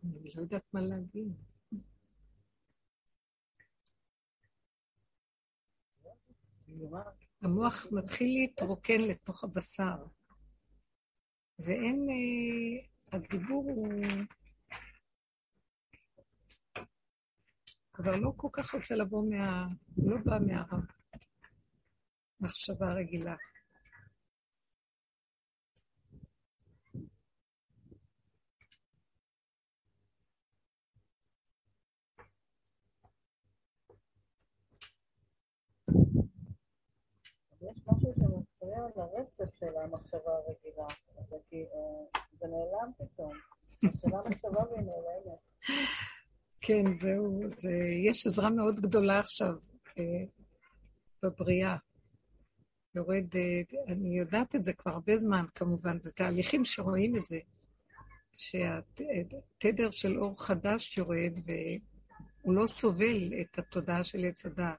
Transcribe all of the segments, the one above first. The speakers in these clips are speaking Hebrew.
אני לא יודעת מה להגיד. המוח מתחיל להתרוקן לתוך הבשר, ואין, הדיבור הוא כבר לא כל כך רוצה לבוא הוא לא בא מהמחשבה הרגילה. יש משהו שמפריע לרצף של המחשבה הרגילה, כי זה נעלם פתאום. השאלה מחשבה והיא נעלמת. כן, זהו, יש עזרה מאוד גדולה עכשיו בבריאה. יורד, אני יודעת את זה כבר הרבה זמן כמובן, זה תהליכים שרואים את זה, שהתדר של אור חדש יורד והוא לא סובל את התודעה של עץ הדעת.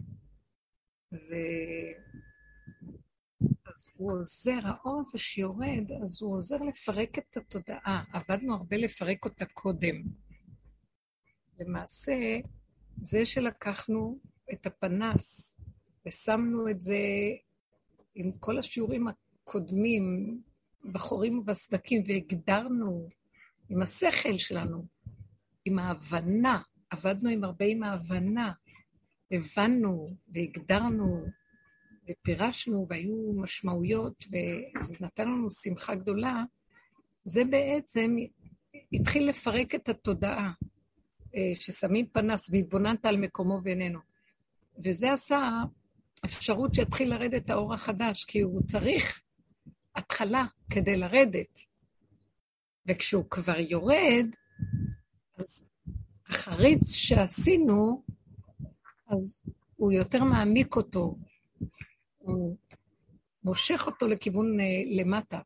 אז הוא עוזר, האור הזה שיורד, אז הוא עוזר לפרק את התודעה. עבדנו הרבה לפרק אותה קודם. למעשה, זה שלקחנו את הפנס ושמנו את זה עם כל השיעורים הקודמים, בחורים ובסדקים, והגדרנו עם השכל שלנו, עם ההבנה, עבדנו עם ההבנה, הבנו והגדרנו ופירשנו והיו משמעויות, וזה נתן לנו שמחה גדולה. זה בעצם התחיל לפרק את התודעה, ששמים פנס והתבוננת על מקומו ואיננו. וזה עשה אפשרות שיתחיל לרדת האור החדש, כי הוא צריך התחלה כדי לרדת. וכשהוא כבר יורד, אז החריץ שעשינו, אז הוא יותר מעמיק אותו, הוא מושך אותו לכיוון למטה.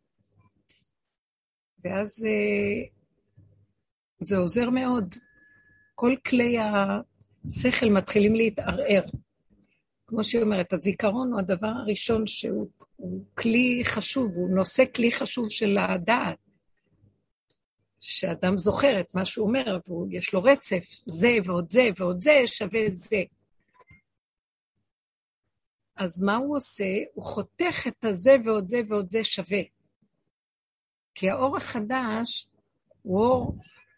ואז זה עוזר מאוד. כל כלי השכל מתחילים להתערער. כמו שהיא אומרת, הזיכרון הוא הדבר הראשון שהוא כלי חשוב, הוא נושא כלי חשוב של הדעת. שאדם זוכר את מה שהוא אומר, ויש לו רצף, זה ועוד זה ועוד זה שווה זה. אז מה הוא עושה? הוא חותך את הזה ועוד זה ועוד זה שווה. כי האור החדש הוא אור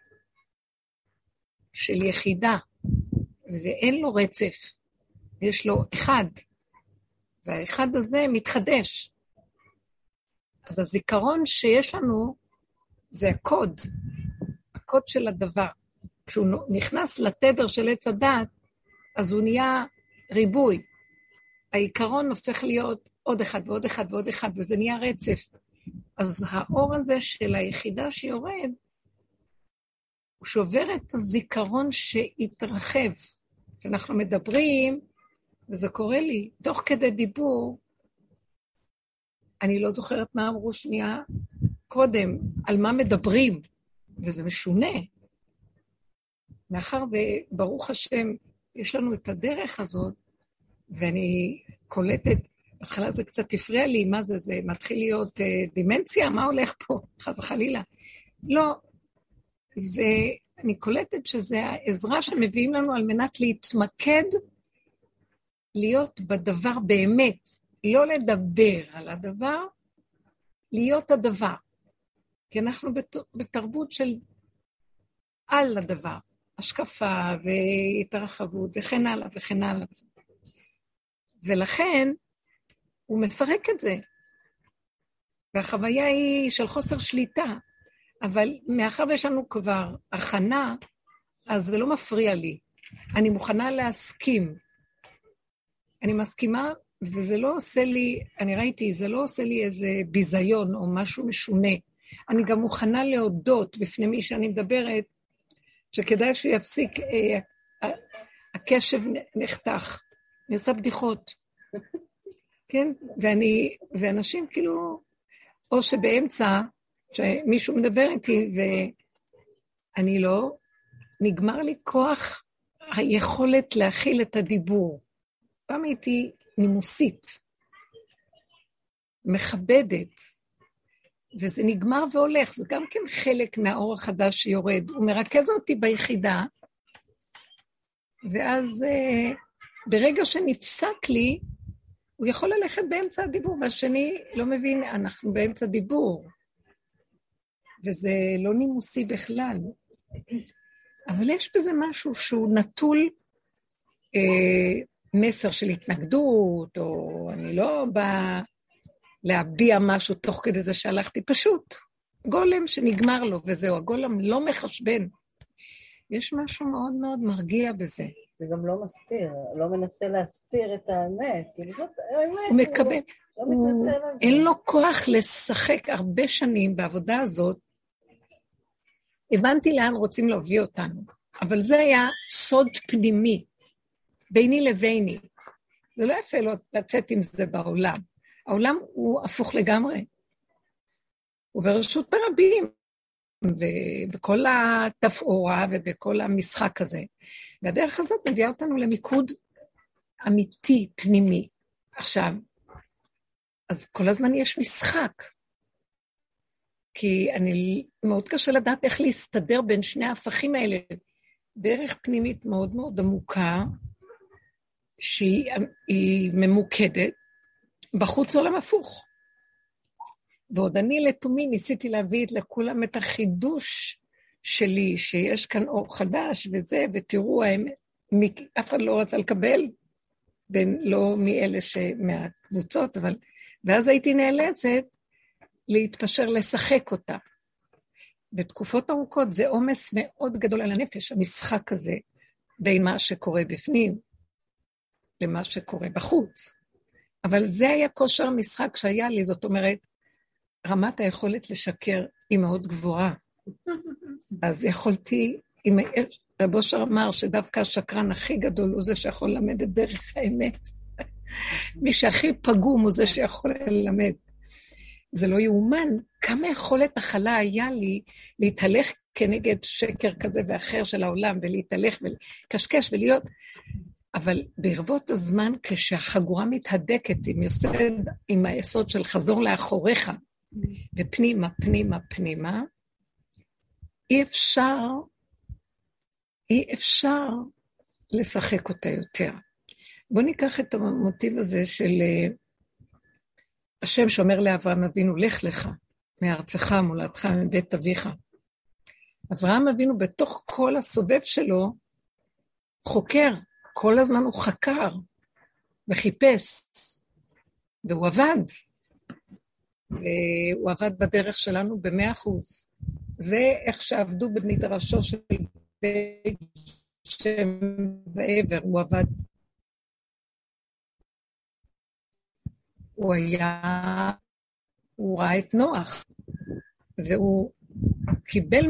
של יחידה, ואין לו רצף. יש לו אחד, והאחד הזה מתחדש. אז הזיכרון שיש לנו זה הקוד של הדבר. כשהוא נכנס לתדר של עץ הדעת, אז הוא נהיה ריבוי. העיקרון הופך להיות עוד אחד ועוד אחד ועוד אחד, וזה נהיה רצף. אז האור הזה של היחידה שיורד, הוא שובר את הזיכרון שהתרחב. כשאנחנו מדברים, וזה קורה לי, תוך כדי דיבור, אני לא זוכרת מה אמרו שנייה קודם, על מה מדברים, וזה משונה. מאחר וברוך השם, יש לנו את הדרך הזאת, ואני קולטת, בהתחלה זה קצת הפריע לי, מה זה, זה מתחיל להיות דימנציה, מה הולך פה, חס וחלילה. לא, אני קולטת שזה העזרה שמביאים לנו על מנת להתמקד, להיות בדבר באמת, לא לדבר על הדבר, להיות הדבר. כי אנחנו בתרבות של על הדבר, השקפה והתרחבות וכן הלאה וכן הלאה. ולכן הוא מפרק את זה. והחוויה היא של חוסר שליטה, אבל מאחר ויש לנו כבר הכנה, אז זה לא מפריע לי. אני מוכנה להסכים. אני מסכימה, וזה לא עושה לי, אני ראיתי, זה לא עושה לי איזה ביזיון או משהו משונה. אני גם מוכנה להודות בפני מי שאני מדברת, שכדאי שיפסיק, הקשב נחתך. אני עושה בדיחות. כן? ואנשים כאילו, או שבאמצע, שמישהו מדבר איתי, ואני לא, נגמר לי כוח היכולת להכיל את הדיבור. פעם הייתי נימוסית, מכבדת, וזה נגמר והולך, זה גם כן חלק מהאור החדש שיורד. הוא מרכז אותי ביחידה, ואז ברגע שנפסק לי, הוא יכול ללכת באמצע הדיבור, והשני לא מבין, אנחנו באמצע דיבור. וזה לא נימוסי בכלל. אבל יש בזה משהו שהוא נטול מסר של התנגדות, או אני לא באה להביע משהו תוך כדי זה שהלכתי, פשוט גולם שנגמר לו, וזהו, הגולם לא מחשבן. יש משהו מאוד מאוד מרגיע בזה. זה גם לא מסתיר, לא מנסה להסתיר את האמת. הוא מקבל, אין לו כוח לשחק הרבה שנים בעבודה הזאת. הבנתי לאן רוצים להביא אותנו, אבל זה היה סוד פנימי, ביני לביני. זה לא יפה לו לצאת עם זה בעולם. העולם הוא הפוך לגמרי. הוא ברשות הרבים, ובכל התפאורה ובכל המשחק הזה. והדרך הזאת מביאה אותנו למיקוד אמיתי, פנימי. עכשיו, אז כל הזמן יש משחק. כי אני מאוד קשה לדעת איך להסתדר בין שני ההפכים האלה. דרך פנימית מאוד מאוד עמוקה, שהיא ממוקדת, בחוץ עולם הפוך. ועוד אני לתומי ניסיתי להביא לכולם את החידוש שלי, שיש כאן אור חדש וזה, ותראו, אף אחד לא רצה לקבל, לא מאלה מהקבוצות, אבל, ואז הייתי נאלצת להתפשר, לשחק אותה. בתקופות ארוכות זה עומס מאוד גדול על הנפש, המשחק הזה, בין מה שקורה בפנים, למה שקורה בחוץ. אבל זה היה כושר המשחק שהיה לי, זאת אומרת, רמת היכולת לשקר היא מאוד גבוהה. אז יכולתי, רב אושר אמר שדווקא השקרן הכי גדול הוא זה שיכול ללמד את דרך האמת. מי שהכי פגום הוא זה שיכול ללמד. זה לא יאומן, כמה יכולת החלה היה לי להתהלך כנגד שקר כזה ואחר של העולם, ולהתהלך ולקשקש ולהיות, אבל בערבות הזמן, כשהחגורה מתהדקת עם היסוד של חזור לאחוריך, ופנימה, פנימה, פנימה, אי אפשר לשחק אותה יותר. בואו ניקח את המוטיב הזה של השם שאומר לאברהם אבינו, לך לך מארצך, מולדתך, מבית אביך. אברהם אבינו בתוך כל הסובב שלו חוקר, כל הזמן הוא חקר וחיפש, והוא עבד. והוא עבד בדרך שלנו ב100%. זה איך שעבדו במדרשו של בית שם ועבר, הוא עבד. הוא ראה את נוח, והוא קיבל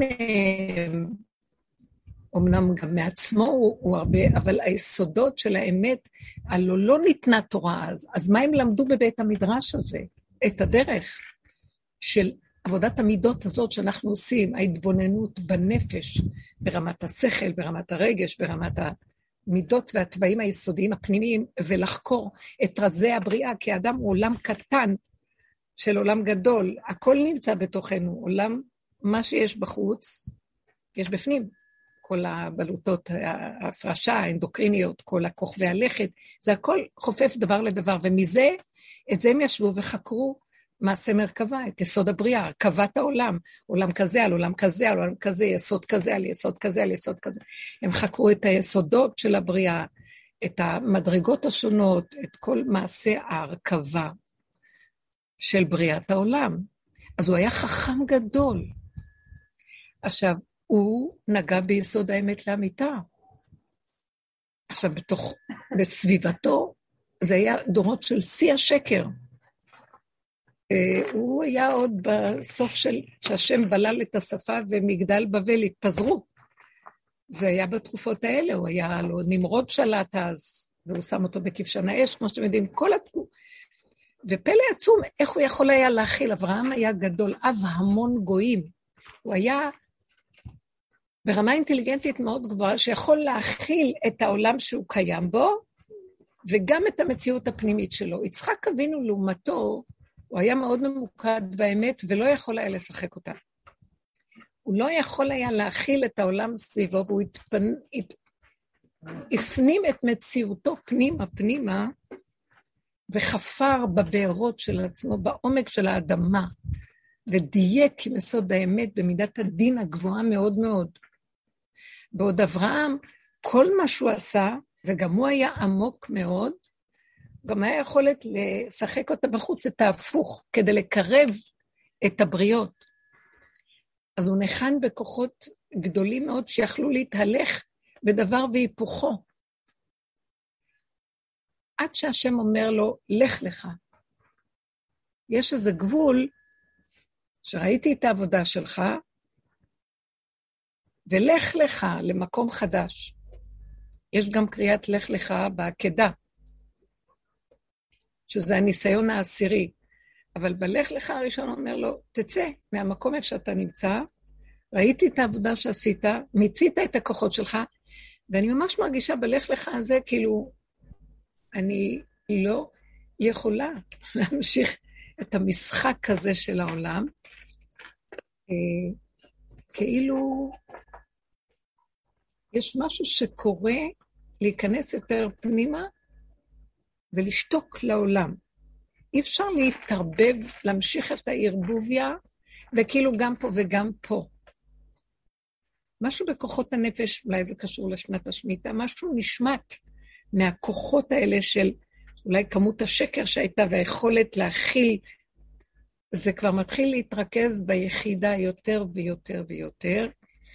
אמנם גם מעצמו הוא הרבה, אבל היסודות של האמת, הלא לא ניתנה תורה אז מה הם למדו בבית המדרש הזה? את הדרך של עבודת המידות הזאת שאנחנו עושים, ההתבוננות בנפש, ברמת השכל, ברמת הרגש, ברמת המידות והטבעים היסודיים הפנימיים, ולחקור את רזי הבריאה, כי האדם הוא עולם קטן של עולם גדול, הכל נמצא בתוכנו, עולם, מה שיש בחוץ, יש בפנים, כל הבלוטות, ההפרשה, האנדוקריניות, כל הכוכבי הלכת, זה הכל חופף דבר לדבר, ומזה, את זה הם ישבו וחקרו מעשה מרכבה, את יסוד הבריאה, הרכבת העולם, עולם כזה על עולם כזה על עולם כזה, יסוד כזה על יסוד כזה על יסוד כזה. הם חקרו את היסודות של הבריאה, את המדרגות השונות, את כל מעשה ההרכבה של בריאת העולם. אז הוא היה חכם גדול. עכשיו, הוא נגע ביסוד האמת לאמיתה. עכשיו, בסביבתו, זה היה דורות של שיא השקר. הוא היה עוד בסוף שהשם בלל את השפה ומגדל בבל התפזרו. זה היה בתקופות האלה, הוא היה לו נמרוד שלט אז, והוא שם אותו בכבשן האש, כמו שאתם יודעים, כל התקופה. ופלא עצום, איך הוא יכול היה להכיל? אברהם היה גדול, אב המון גויים. הוא היה ברמה אינטליגנטית מאוד גבוהה, שיכול להכיל את העולם שהוא קיים בו, וגם את המציאות הפנימית שלו. יצחק אבינו לעומתו, הוא היה מאוד ממוקד באמת, ולא יכול היה לשחק אותה. הוא לא יכול היה להכיל את העולם סביבו, והוא הפנים את מציאותו פנימה, וחפר בבארות של עצמו, בעומק של האדמה, ודייק עם יסוד האמת במידת הדין הגבוהה מאוד מאוד. בעוד אברהם, כל מה שהוא עשה, וגם הוא היה עמוק מאוד, גם היה יכולת לשחק אותה בחוץ, את ההפוך, כדי לקרב את הבריות. אז הוא נחן בכוחות גדולים מאוד, שיכלו להתהלך בדבר והיפוכו. עד שהשם אומר לו, לך לך. יש איזה גבול, שראיתי את העבודה שלך, ולך לך למקום חדש. יש גם קריאת לך לך בעקדה, שזה הניסיון העשירי. אבל בלך לך הראשון אומר לו, תצא מהמקום איפה שאתה נמצא, ראיתי את העבודה שעשית, מיצית את הכוחות שלך, ואני ממש מרגישה בלך לך הזה, כאילו, אני לא יכולה להמשיך את המשחק הזה של העולם, כאילו יש משהו שקורה להיכנס יותר פנימה ולשתוק לעולם. אי אפשר להתערבב, להמשיך את הערבוביה, וכאילו גם פה וגם פה. משהו בכוחות הנפש, אולי זה קשור לשנת השמיטה, משהו נשמט מהכוחות האלה של אולי כמות השקר שהייתה והיכולת להכיל, זה כבר מתחיל להתרכז ביחידה יותר ויותר ויותר.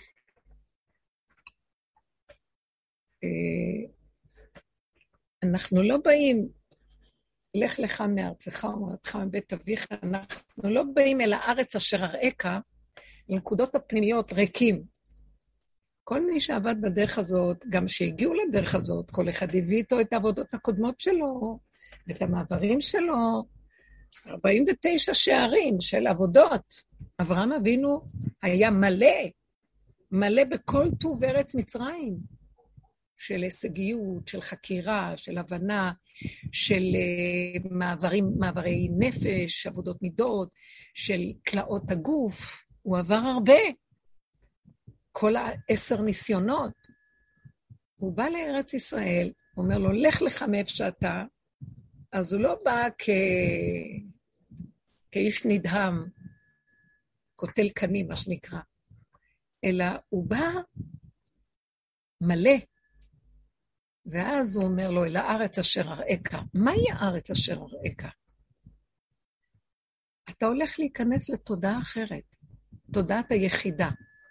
אנחנו לא באים, לך לך מארצך ומולדתך מבית אביך, אנחנו לא באים אל הארץ אשר אראך, לנקודות הפנימיות ריקים. כל מי שעבד בדרך הזאת, גם שהגיעו לדרך הזאת, כל אחד הביא איתו את העבודות הקודמות שלו, ואת המעברים שלו, 49 שערים של עבודות. אברהם אבינו היה מלא בכל טוב ארץ מצרים, של הישגיות, של חקירה, של הבנה, של מעברי נפש, עבודות מידות, של כלאות הגוף. הוא עבר הרבה. כל 10 ניסיונות. הוא בא לארץ ישראל, הוא אומר לו, לך לך מאיפה שאתה, אז הוא לא בא כאיש נדהם, קוטל קנים, מה שנקרא, אלא הוא בא מלא, ואז הוא אומר לו, אל הארץ אשר אראך. מהי הארץ אשר אראך? אתה הולך להיכנס לתודעה אחרת, תודעת היחידה.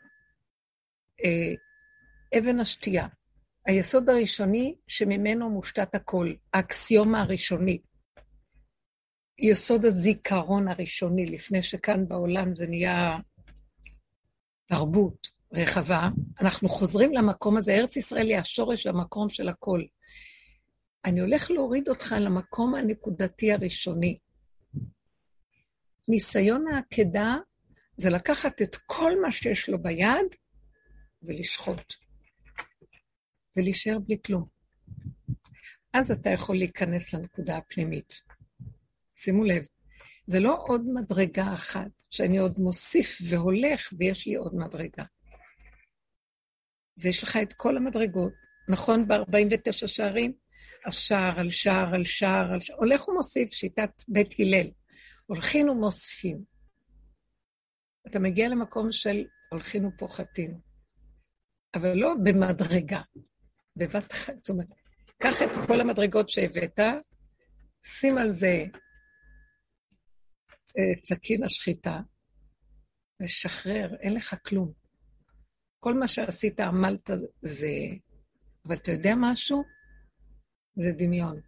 אבן השתייה, היסוד הראשוני שממנו מושתת הכל, האקסיומה הראשונית, יסוד הזיכרון הראשוני, לפני שכאן בעולם זה נהיה תרבות רחבה, אנחנו חוזרים למקום הזה, ארץ ישראל היא השורש והמקום של הכל. אני הולך להוריד אותך למקום הנקודתי הראשוני. ניסיון העקדה זה לקחת את כל מה שיש לו ביד, ולשחוט, ולהישאר בלי כלום. אז אתה יכול להיכנס לנקודה הפנימית. שימו לב, זה לא עוד מדרגה אחת, שאני עוד מוסיף והולך, ויש לי עוד מדרגה. ויש לך את כל המדרגות, נכון ב-49 שערים? אז שער על שער על שער על שער, הולך ומוסיף, שיטת בית הלל, הולכים ומוספים. אתה מגיע למקום של הולכים ופוחתים. אבל לא במדרגה, בבת חד, זאת אומרת, קח את כל המדרגות שהבאת, שים על זה צקין השחיטה, ושחרר, אין לך כלום. כל מה שעשית, עמלת זה, אבל אתה יודע משהו? זה דמיון.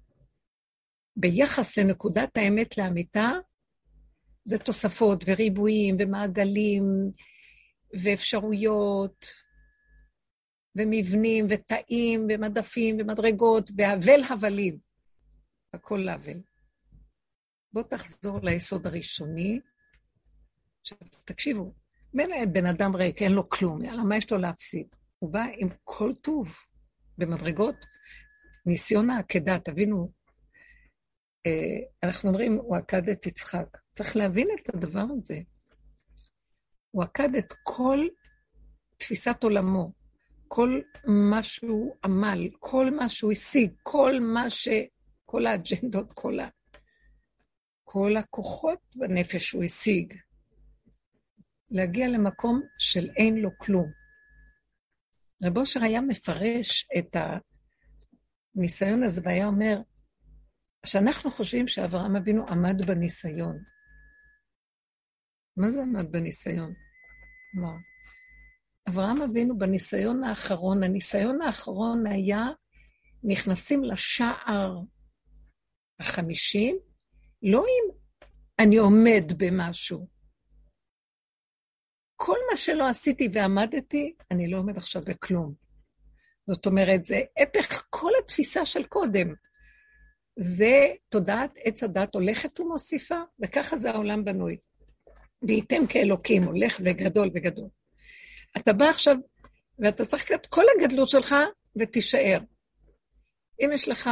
ביחס לנקודת האמת לאמיתה, זה תוספות וריבועים ומעגלים ואפשרויות, ומבנים, ותאים, ומדפים, ומדרגות, והבל הבלים. הכל להבל. בואו תחזור ליסוד הראשוני. עכשיו, תקשיבו, בן אדם ריק, אין לו כלום, יאללה, מה יש לו להפסיד? הוא בא עם כל טוב, במדרגות, ניסיון העקדה, תבינו, אנחנו אומרים, הוא עקד את יצחק. צריך להבין את הדבר הזה. הוא עקד את כל תפיסת עולמו, כל מה שהוא עמל, כל מה שהוא השיג, כל האג'נדות, כל הכוחות בנפש שהוא השיג. להגיע למקום של אין לו כלום. רב אושר היה מפרש את הניסיון הזה, והיה אומר, שאנחנו חושבים שאברהם אבינו עמד בניסיון. מה זה עמד בניסיון? מה? אברהם אבינו בניסיון האחרון, הניסיון האחרון היה, נכנסים לשער 50, לא אם אני עומד במשהו. כל מה שלא עשיתי ועמדתי, אני לא עומד עכשיו בכלום. זאת אומרת, זה הפך כל התפיסה של קודם. זה תודעת עץ הדת הולכת ומוסיפה, וככה זה העולם בנוי. וייתם כאלוקים, הולך וגדול וגדול. אתה בא עכשיו, ואתה צריך את כל הגדלות שלך, ותישאר. אם יש לך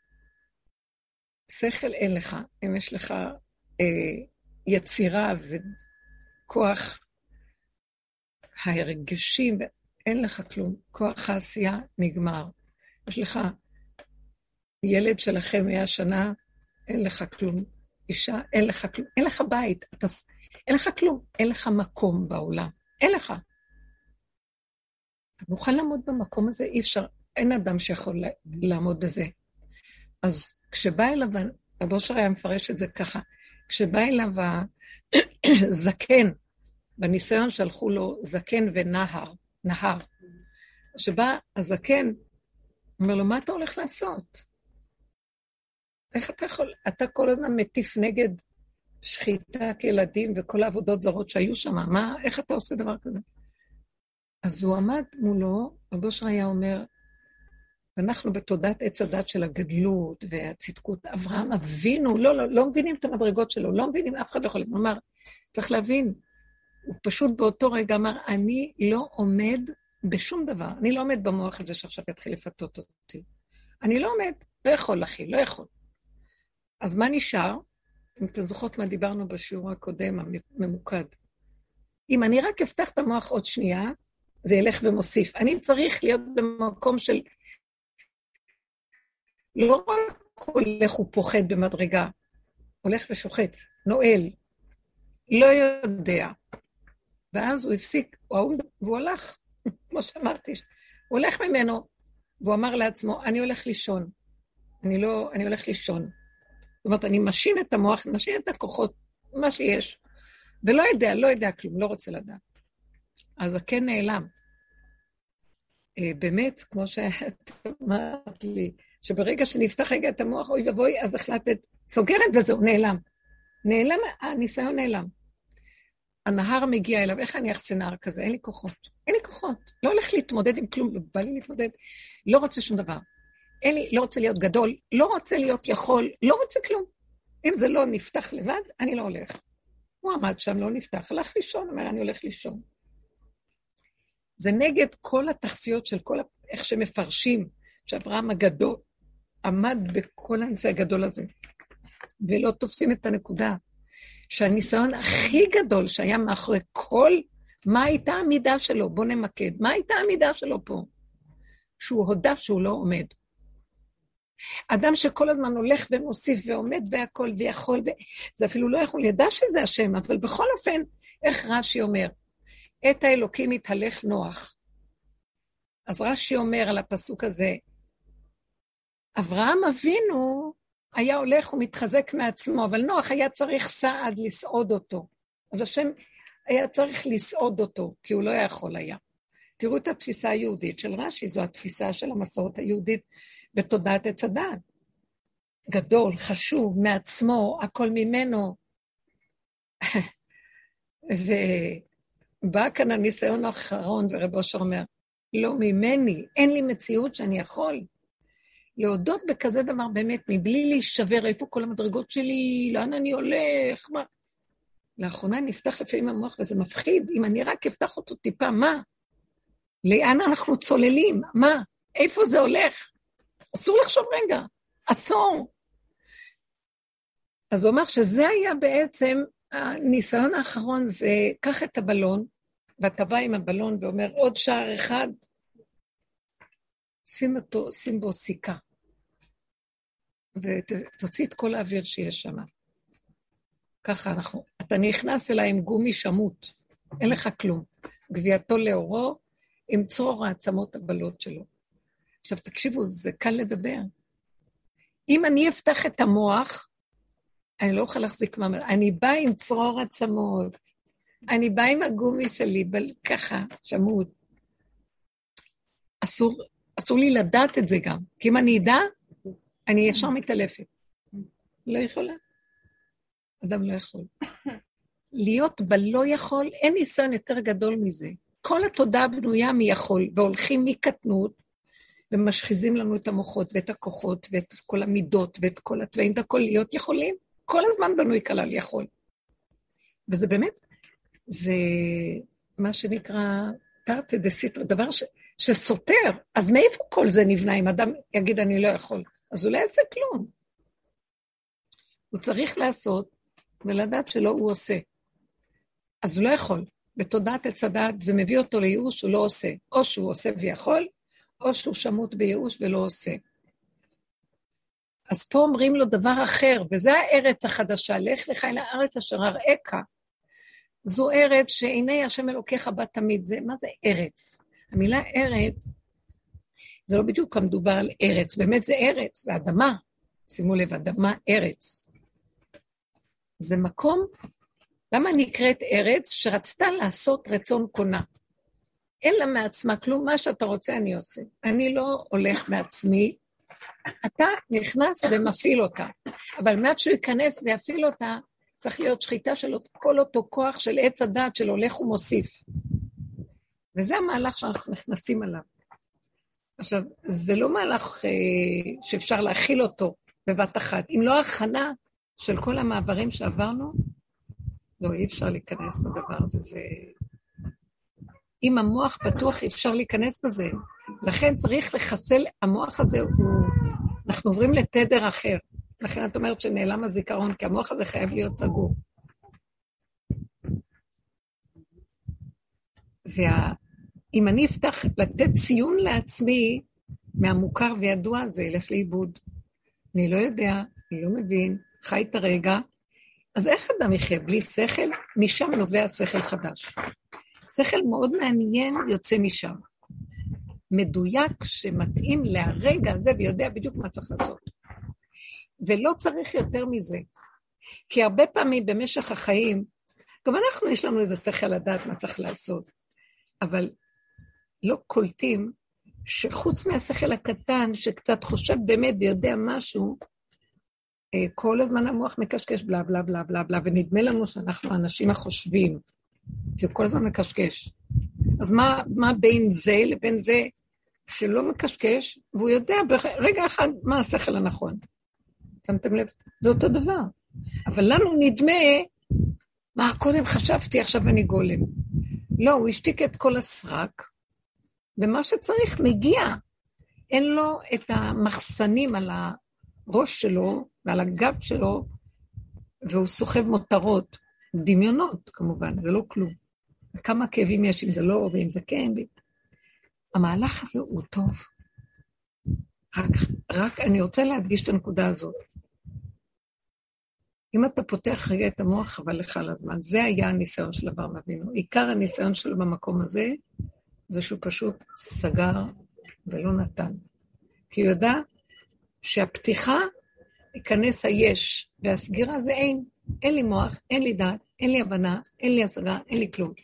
שכל, אין לך. אם יש לך יצירה וכוח ההרגשים, אין לך כלום. כוח העשייה נגמר. יש לך ילד שלכם 100 שנה, אין לך כלום. אישה, אין לך כלום. אין לך בית. אין לך כלום. אין לך מקום בעולם. אין לך. אתה מוכן לעמוד במקום הזה? אי אפשר. אין אדם שיכול לעמוד בזה. אז כשבא אליו, רב אושר היה מפרש את זה ככה, כשבא אליו הזקן, בניסיון שלחו לו זקן נהר. כשבא הזקן, אומר לו, מה אתה הולך לעשות? איך אתה יכול? אתה כל הזמן מטיף נגד שחיטת ילדים וכל העבודות זרות שהיו שם. איך אתה עושה דבר כזה? אז הוא עמד מולו, רב אושר היה אומר, ואנחנו בתודעת עץ הדת של הגדלות והצדקות, אברהם אבינו, לא מבינים את המדרגות שלו, לא מבינים, אף אחד לא יכול. הוא אמר, צריך להבין, הוא פשוט באותו רגע אמר, אני לא עומד בשום דבר, אני לא עומד במוח הזה שעכשיו יתחיל לפתות אותי. אני לא עומד, לא יכול אחי, לא יכול. אז מה נשאר? אם אתם זוכרות מה דיברנו בשיעור הקודם, הממוקד. אם אני רק אפתח את המוח עוד שנייה, זה ילך ומוסיף. אני צריך להיות במקום של לא רק הולך ופוחד במדרגה, הולך ושוחט, נועל, לא יודע. ואז הוא הפסיק, והוא הלך, כמו שאמרתי, הוא הולך ממנו, והוא אמר לעצמו, אני הולך לישון. אני הולך לישון. זאת אומרת, אני משין את המוח, משין את הכוחות, מה שיש, ולא יודע כלום, לא רוצה לדעת. אז הכן נעלם. באמת, כמו שאת אמרת לי, שברגע שנפתח רגע את המוח, אוי ובואי, אז החלטת, סוגרת וזהו, נעלם. נעלם, הניסיון נעלם. הנהר מגיע אליו, איך אני אחצה נהר כזה? אין לי כוחות. לא הולך להתמודד עם כלום, בא לי להתמודד, לא רוצה שום דבר. לא רוצה להיות גדול, לא רוצה להיות יכול, לא רוצה כלום. אם זה לא נפתח לבד, אני לא הולך. הוא עמד שם, לא נפתח, הלך לישון, אומר, אני הולך לישון. זה נגד כל התחסיות של איך שמפרשים, שאברהם הגדול עמד בכל הניסיון הגדול הזה, ולא תופסים את הנקודה, שהניסיון הכי גדול שהיה מאחורי כל, מה הייתה המידה שלו? בוא נמקד. מה הייתה המידה שלו פה? שהוא הודע שהוא לא עומד. אדם שכל הזמן הולך ומוסיף ועומד בהכל ויכול, זה אפילו לא יכול, ידע שזה השם, אבל בכל אופן, איך רש"י אומר? את האלוקים יתהלך נוח. אז רש"י אומר על הפסוק הזה, אברהם אבינו היה הולך ומתחזק מעצמו, אבל נוח היה צריך סעד לסעוד אותו. אז השם היה צריך לסעוד אותו, כי הוא לא יכול היה. תראו את התפיסה היהודית של רש"י, זו התפיסה של המסורת היהודית בתודעת עץ הדת. גדול, חשוב, מעצמו, הכל ממנו. ובא כאן הניסיון האחרון, ורב אושר אומר, לא ממני, אין לי מציאות שאני יכול. להודות בכזה דבר באמת, מבלי להישבר, איפה כל המדרגות שלי, לאן אני הולך, מה? לאחרונה נפתח לפעמים המוח, וזה מפחיד, אם אני רק אפתח אותו טיפה, מה? לאן אנחנו צוללים? מה? איפה זה הולך? אסור לחשוב רגע, אסור. אז הוא אמר שזה היה בעצם, הניסיון האחרון זה, קח את הבלון, ואתה בא עם הבלון ואומר, עוד שער אחד, שים בו סיכה, ותוציא את כל האוויר שיש שם. ככה אתה נכנס אליי עם גומי שמות, אין לך כלום. גביעתו לאורו, עם צרור העצמות הבלות שלו. עכשיו תקשיבו, זה קל לדבר. אם אני אפתח את המוח, אני לא אוכל להחזיק מעמד. אני באה עם צרור עצמות, אני באה עם הגומי שלי, ככה, שמות. אסור לי לדעת את זה גם, כי אם אני אדע, אני ישר מתעלפת. לא יכולה. אדם לא יכול. להיות בלא יכול, אין ניסיון יותר גדול מזה. כל התודעה בנויה מי יכול, והולכים מקטנות, ומשחיזים לנו את המוחות ואת הכוחות, ואת כל המידות, ואת כל התוואים, את הכל להיות יכולים. כל הזמן בנוי כלל יכול. וזה באמת, זה מה שנקרא תרתי דסיטרא, דבר שסותר. אז מאיפה כל זה נבנה? אם אדם יגיד אני לא יכול, אז הוא לא יעשה כלום. הוא צריך לעשות, ולדעת שלא הוא עושה. אז הוא לא יכול. בתודעת עץ הדעת זה מביא אותו לייאוש, הוא לא עושה. או שהוא עושה ויכול, או שהוא שמות בייאוש ולא עושה. אז פה אומרים לו דבר אחר, וזה הארץ החדשה, לך לך אל הארץ אשר אראך. זו ארץ שהנה השם אלוקיך בה תמיד. מה זה ארץ? המילה ארץ, זה לא בדיוק המדובר על ארץ, באמת זה ארץ, זה אדמה. שימו לב, אדמה ארץ. זה מקום, למה נקראת ארץ? שרצתה לעשות רצון קונה. אין לה מעצמה כלום, מה שאתה רוצה אני עושה. אני לא הולך בעצמי, אתה נכנס ומפעיל אותה. אבל מעט שהוא ייכנס ויפעיל אותה, צריך להיות שחיטה של כל אותו כוח של עץ הדעת של הולך ומוסיף. וזה המהלך שאנחנו נכנסים עליו. עכשיו, זה לא מהלך שאפשר להכיל אותו בבת אחת. אם לא הכנה של כל המעברים שעברנו, לא, אי אפשר להיכנס בדבר הזה. אם המוח פתוח, אי אפשר להיכנס בזה. לכן צריך לחסל, המוח הזה אנחנו עוברים לתדר אחר. לכן את אומרת שנעלם הזיכרון, כי המוח הזה חייב להיות סגור. אם אני אפתח לתת ציון לעצמי, מהמוכר וידוע, זה ילך לאיבוד. אני לא יודע, אני לא מבין, חי את הרגע. אז איך אדם יחיה? בלי שכל? משם נובע שכל חדש. שכל מאוד מעניין יוצא משם. מדויק שמתאים להרגע הזה ויודע בדיוק מה צריך לעשות. ולא צריך יותר מזה. כי הרבה פעמים במשך החיים, גם אנחנו יש לנו איזה שכל לדעת מה צריך לעשות. אבל לא קולטים שחוץ מהשכל הקטן שקצת חושב באמת ויודע משהו, כל הזמן המוח מקשקש בלה בלה בלה בלה בלה, ונדמה לנו שאנחנו האנשים החושבים, כי כל הזמן מקשקש. אז מה בין זה לבין זה שלא מקשקש, והוא יודע ברגע אחד מה השכל הנכון. שמתם לב? זה אותו דבר. אבל לנו נדמה, מה קודם חשבתי, עכשיו אני גולם. לא, הוא השתיק את כל הסרק, ומה שצריך מגיע. אין לו את המחסנים על הראש שלו ועל הגב שלו, והוא סוחב מותרות, דמיונות כמובן, זה לא כלום. כמה כאבים יש אם זה לא, ואם זה כן. המהלך הזה הוא טוב. רק אני רוצה להדגיש את הנקודה הזאת. אם אתה פותח רגע את המוח, חבל לך על הזמן. זה היה הניסיון של אברהם אבינו. עיקר הניסיון שלו במקום הזה, זה שהוא פשוט סגר ולא נתן. כי הוא יודע שהפתיחה ייכנס היש, והסגירה זה אין. אין לי מוח, אין לי דעת, אין לי הבנה, אין לי השגה, אין לי כלום.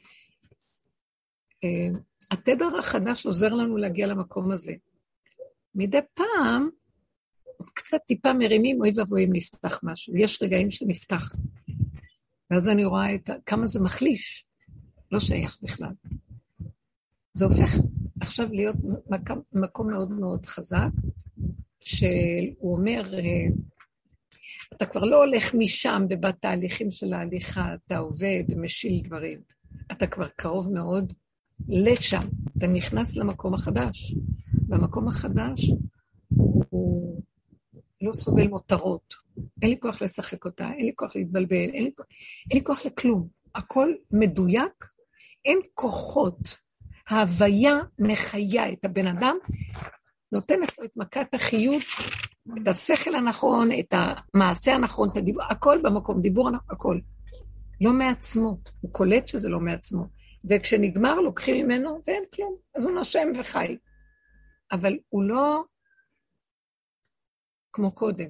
התדר החדש עוזר לנו להגיע למקום הזה. מדי פעם, קצת טיפה מרימים, אוי ואבוי אם נפתח משהו. יש רגעים שנפתח. ואז אני רואה כמה זה מחליש. לא שייך בכלל. זה הופך עכשיו להיות מקום מאוד מאוד חזק, שהוא אומר, אתה כבר לא הולך משם ובתהליכים של ההליכה, אתה עובד ומשיל דברים. אתה כבר קרוב מאוד לשם. אתה נכנס למקום החדש. והמקום החדש הוא לא סובל מותרות. אין לי כוח לשחק אותה, אין לי כוח להתבלבל, אין לי כוח לכלום. הכל מדויק, אין כוחות. ההוויה מחיה את הבן אדם, נותנת לו את מכת החיות, את השכל הנכון, את המעשה הנכון, את הדיבור, הכל במקום, דיבור הכל. לא מעצמו, הוא קולט שזה לא מעצמו. וכשנגמר לוקחים ממנו ואין כלום, אז הוא נושם וחי. אבל הוא לא כמו קודם.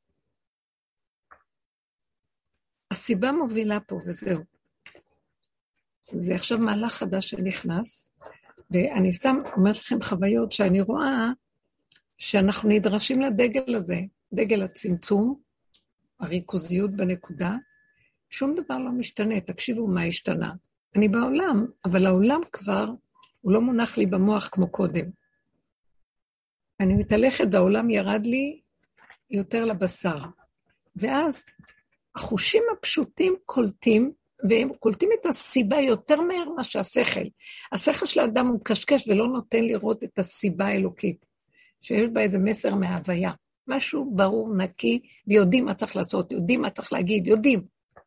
הסיבה מובילה פה וזהו. זה עכשיו מהלך חדש שנכנס, ואני אומרת לכם חוויות שאני רואה שאנחנו נדרשים לדגל הזה, דגל הצמצום, הריכוזיות בנקודה, שום דבר לא משתנה, תקשיבו מה השתנה. אני בעולם, אבל העולם כבר, הוא לא מונח לי במוח כמו קודם. אני מתהלכת, העולם ירד לי יותר לבשר. ואז החושים הפשוטים קולטים, והם קולטים את הסיבה יותר מהר מה שהשכל. השכל של האדם הוא קשקש ולא נותן לראות את הסיבה האלוקית, שיש בה איזה מסר מההוויה. משהו ברור, נקי, ויודעים מה צריך לעשות, יודעים מה צריך להגיד, יודעים.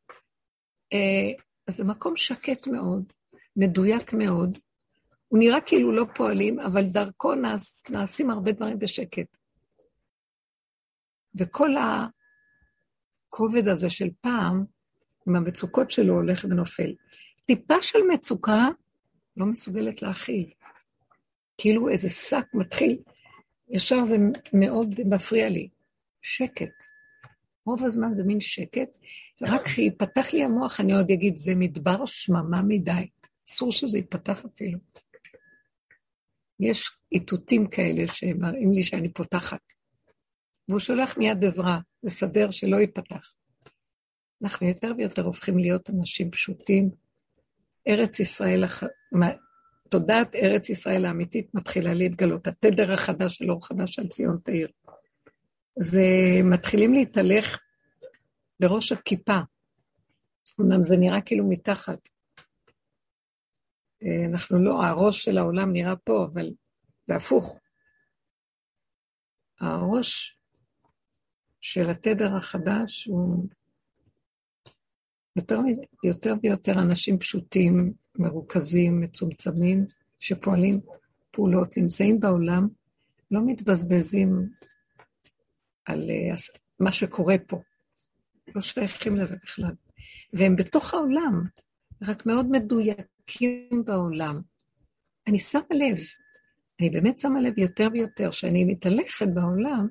אז זה מקום שקט מאוד, מדויק מאוד, הוא נראה כאילו לא פועלים, אבל דרכו נעשים הרבה דברים בשקט. וכל הכובד הזה של פעם, עם המצוקות שלו הולך ונופל. טיפה של מצוקה לא מסוגלת להכיל. כאילו איזה שק מתחיל, ישר זה מאוד מפריע לי. שקט. רוב הזמן זה מין שקט, ורק כשיפתח לי המוח אני עוד אגיד, זה מדבר שממה מדי. אסור שזה ייפתח אפילו. יש איתותים כאלה שמראים לי שאני פותחת. והוא שולח מיד עזרה, לסדר שלא ייפתח. אנחנו יותר ויותר הופכים להיות אנשים פשוטים. ארץ ישראל, תודעת ארץ ישראל האמיתית מתחילה להתגלות. התדר החדש של אור חדש על ציון תאיר. זה מתחילים להתהלך בראש הכיפה. אמנם זה נראה כאילו מתחת. אנחנו לא, הראש של העולם נראה פה, אבל זה הפוך. הראש של התדר החדש הוא יותר ויותר אנשים פשוטים, מרוכזים, מצומצמים, שפועלים פעולות, נמצאים בעולם, לא מתבזבזים על מה שקורה פה. לא שייכים לזה בכלל. והם בתוך העולם, רק מאוד מדויקים בעולם. אני שמה לב, אני באמת שמה לב יותר ויותר, שאני מתהלכת בעולם,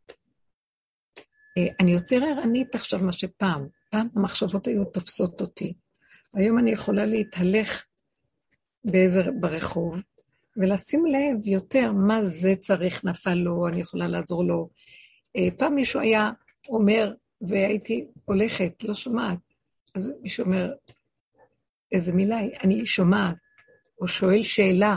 אני יותר ערנית עכשיו מה שפעם. פעם המחשבות היו תופסות אותי. היום אני יכולה להתהלך ברחוב, ולשים לב יותר מה זה צריך נפל לו, אני יכולה לעזור לו. פעם מישהו היה אומר, והייתי הולכת, לא שומעת, אז מישהו אומר, איזה מילה, אני שומעת, או שואל שאלה.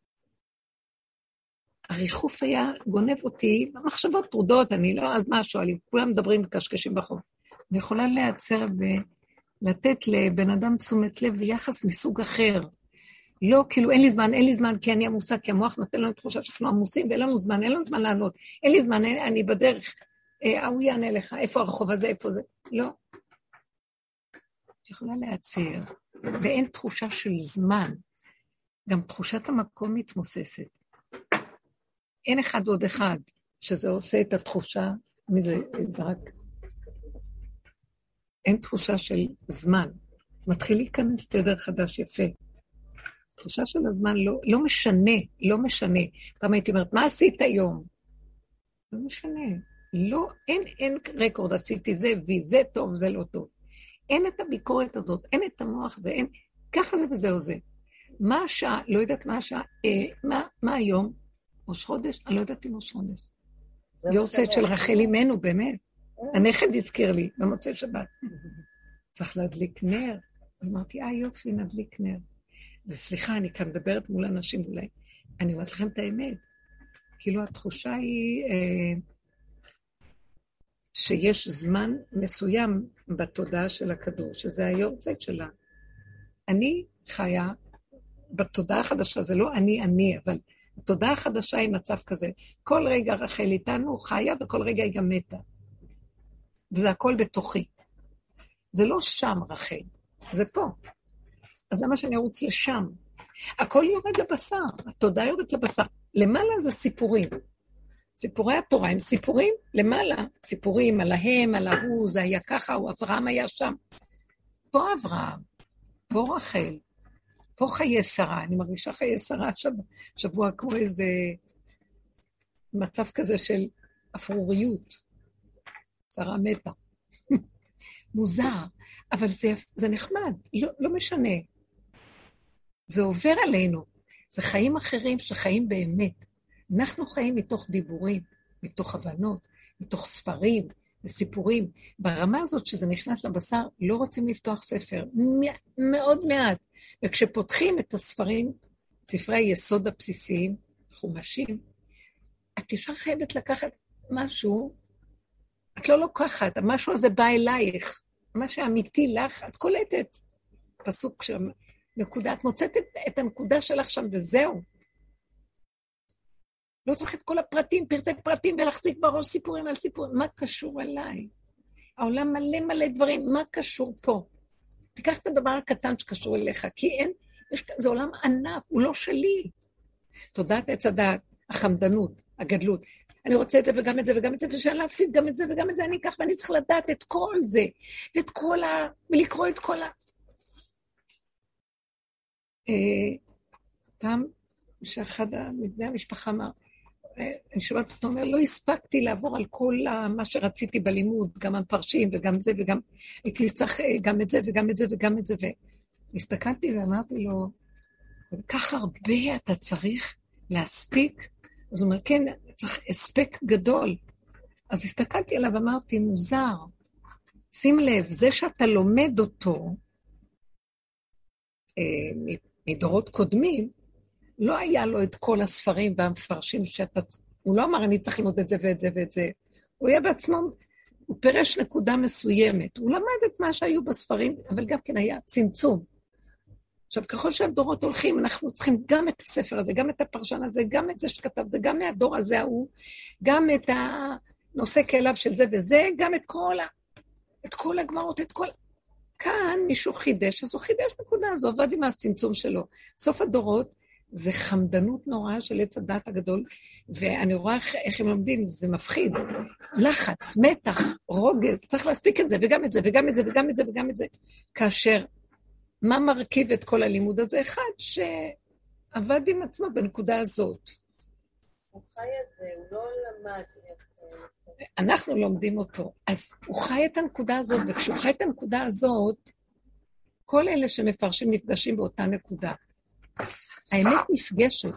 הריחוף היה גונב אותי, במחשבות טרודות, אני לא, אז מה שואלים? כולם מדברים וקשקשים בחוב. אני יכולה להיעצר ולתת לבן אדם תשומת לב ויחס מסוג אחר. לא, כאילו אין לי זמן, כי אני עמוסה, כי המוח נותן לנו תחושה שאנחנו עמוסים, ואין לנו זמן לענות. אין לי זמן, אני בדרך, הוא יענה לך, איפה הרחוב הזה, איפה זה? לא. את יכולה להיעצר, ואין תחושה של זמן. גם תחושת המקום מתמוססת. אין אחד ועוד אחד, שזה עושה את התחושה, מזה זה רק... אין תחושה של זמן. מתחיל להיכנס תדר חדש יפה. תחושה של הזמן לא משנה. פעם הייתי אומרת, מה עשית היום? לא משנה. לא, אין רקורד, עשיתי זה וזה טוב, זה לא טוב. אין את הביקורת הזאת, אין את המוח הזה, אין, ככה זה וזהו זה. מה השעה, לא יודעת מה השעה, מה היום? ראש חודש? אני לא יודעת אם ראש חודש. יורצת של רחל אימנו, באמת. הנכד הזכיר לי, במוצאי שבת. צריך להדליק נר. אז אמרתי, יופי, נדליק נר. זה סליחה, אני כאן מדברת מול אנשים אולי. אני אומרת לכם את האמת. כאילו התחושה היא שיש זמן מסוים בתודעה של הכדור, שזה היורצת שלה. אני חיה בתודעה החדשה, זה לא אני, אבל התודעה החדשה היא מצב כזה. כל רגע רחל איתנו חיה, וכל רגע היא גם מתה. וזה הכל בתוכי. זה לא שם, רחל, זה פה. אז למה שאני ארוץ לשם? הכל יורד לבשר, התודעה יורדת לבשר. למעלה זה סיפורים. סיפורי התורה הם סיפורים, למעלה, סיפורים על ההם, על ההוא, זה היה ככה, או אברהם היה שם. פה אברהם, פה רחל, פה חיי שרה, אני מרגישה חיי שרה שבוע כמו איזה מצב כזה של אפרוריות. שרה מתה. מוזר, אבל זה נחמד, לא משנה. זה עובר עלינו, זה חיים אחרים שחיים באמת. אנחנו חיים מתוך דיבורים, מתוך הבנות, מתוך ספרים וסיפורים. ברמה הזאת שזה נכנס לבשר, לא רוצים לפתוח ספר, מאוד מעט. וכשפותחים את הספרים, ספרי היסוד הבסיסיים, חומשים, את ישר חייבת לקחת משהו, את לא לוקחת, המשהו הזה בא אלייך, מה שאמיתי לך, את קולטת. פסוק שם, נקודה, את מוצאת את הנקודה שלך שם, וזהו. לא צריך את כל הפרטים, פרטי פרטים, ולהחזיק בראש סיפורים על סיפורים. מה קשור אליי? העולם מלא מלא דברים, מה קשור פה? תיקח את הדבר הקטן שקשור אליך, כי אין, זה עולם ענק, הוא לא שלי. תודעת עץ הדעת, החמדנות, הגדלות. אני רוצה את זה וגם את זה וגם את זה, ושאלה להפסיד גם את זה וגם את זה אני אקח, ואני צריך לדעת את כל זה, ואת כל ולקרוא את כל פעם שאחד מבני המשפחה אמר, אני שומעת אותו אומר, לא הספקתי לעבור על כל מה שרציתי בלימוד, גם המפרשים וגם זה וגם, הייתי צריך גם את זה וגם את זה וגם את זה, והסתכלתי ואמרתי לו, כך הרבה אתה צריך להספיק? אז הוא אומר, כן, צריך הספק גדול. אז הסתכלתי עליו ואמרתי, מוזר, שים לב, זה שאתה לומד אותו מדורות קודמים, לא היה לו את כל הספרים והמפרשים הוא לא אמר, אני צריך ללמוד את זה ואת זה ואת זה. הוא היה בעצמו, הוא פירש נקודה מסוימת. הוא למד את מה שהיו בספרים, אבל גם כן היה צמצום. עכשיו, ככל שהדורות הולכים, אנחנו צריכים גם את הספר הזה, גם את הפרשן הזה, גם את זה שכתב זה, גם מהדור הזה ההוא, גם את הנושא כאליו של זה וזה, גם את כל הגמרות, את כל... כאן מישהו חידש, אז הוא חידש נקודה, אז הוא עבד עם הצמצום שלו. סוף הדורות זה חמדנות נוראה של עץ הדעת הגדול, ואני רואה איך הם לומדים, זה מפחיד. לחץ, מתח, רוגז, צריך להספיק את זה, וגם את זה, וגם את זה, וגם את זה, וגם את זה. כאשר, מה מרכיב את כל הלימוד הזה? אחד שעבד עם עצמו בנקודה הזאת. הוא חי את זה, הוא לא למד. אנחנו לומדים אותו. אז הוא חי את הנקודה הזאת, וכשהוא חי את הנקודה הזאת, כל אלה שמפרשים נפגשים באותה נקודה. האמת נפגשת.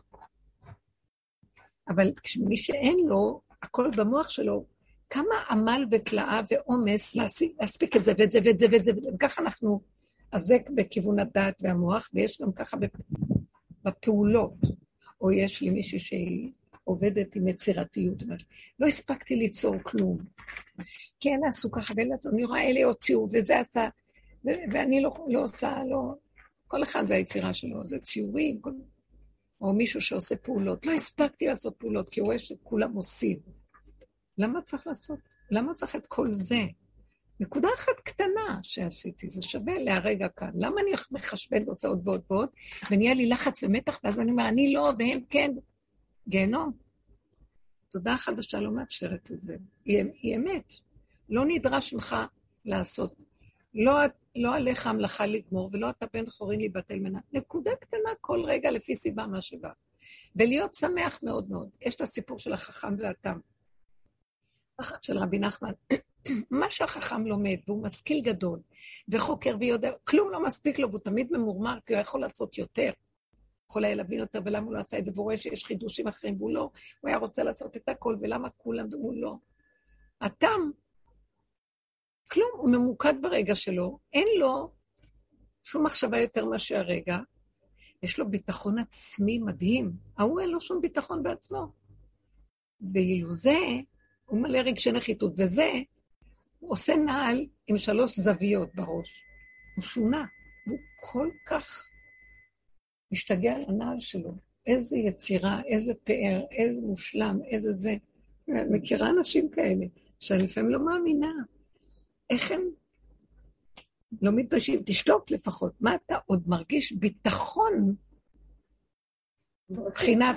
אבל מי שאין לו, הכל במוח שלו, כמה עמל ותלאה ועומס להספיק את זה ואת זה ואת זה ואת זה, וככה אנחנו עזק בכיוון הדעת והמוח, ויש גם ככה בפעולות, או יש לי מישהי שהיא עובדת עם יצירתיות, לא הספקתי ליצור כלום, כי אלה עשו ככה ואלה עשו, אני רואה אלה הוציאו וזה עשה, ואני לא עושה, לא, כל אחד והיצירה שלו, זה ציורים, או מישהו שעושה פעולות, לא הספקתי לעשות פעולות, כי הוא רואה שכולם עושים. למה צריך לעשות? למה צריך את כל זה? נקודה אחת קטנה שעשיתי, זה שווה להרגע כאן. למה אני מחשבן ועושה עוד ועוד ועוד, ונהיה לי לחץ ומתח, ואז אני אומר, אני לא, והם כן, גיהנום. תודה חדשה לא מאפשרת את זה. היא אמת. לא נדרש ממך לעשות. לא עליך המלאכה לגמור, ולא אתה בן חורין להיבטל מנה. נקודה קטנה כל רגע לפי סיבה מה שבא. ולהיות שמח מאוד מאוד. יש את הסיפור של החכם והתם. של רבי נחמן. מה שהחכם לומד, והוא משכיל גדול, וחוקר ויודע, כלום לא מספיק לו, והוא תמיד ממורמר, כי הוא יכול לעשות יותר. יכול היה להבין יותר, ולמה הוא לא עשה את זה, והוא רואה שיש חידושים אחרים, והוא לא, הוא היה רוצה לעשות את הכל, ולמה כולם והוא לא. התם, כלום, הוא ממוקד ברגע שלו, אין לו שום מחשבה יותר מה שהרגע, יש לו ביטחון עצמי מדהים, ההוא אין לו שום ביטחון בעצמו. ואילו זה, הוא מלא רגשי נחיתות, וזה, הוא עושה נעל עם 3 זוויות בראש. הוא שונה, והוא כל כך משתגע על הנעל שלו. איזה יצירה, איזה פאר, איזה מושלם, איזה זה. מכירה אנשים כאלה, שאני לפעמים לא מאמינה. איך הם לא מתביישים? תשתוק לפחות. מה אתה עוד מרגיש ביטחון מבחינת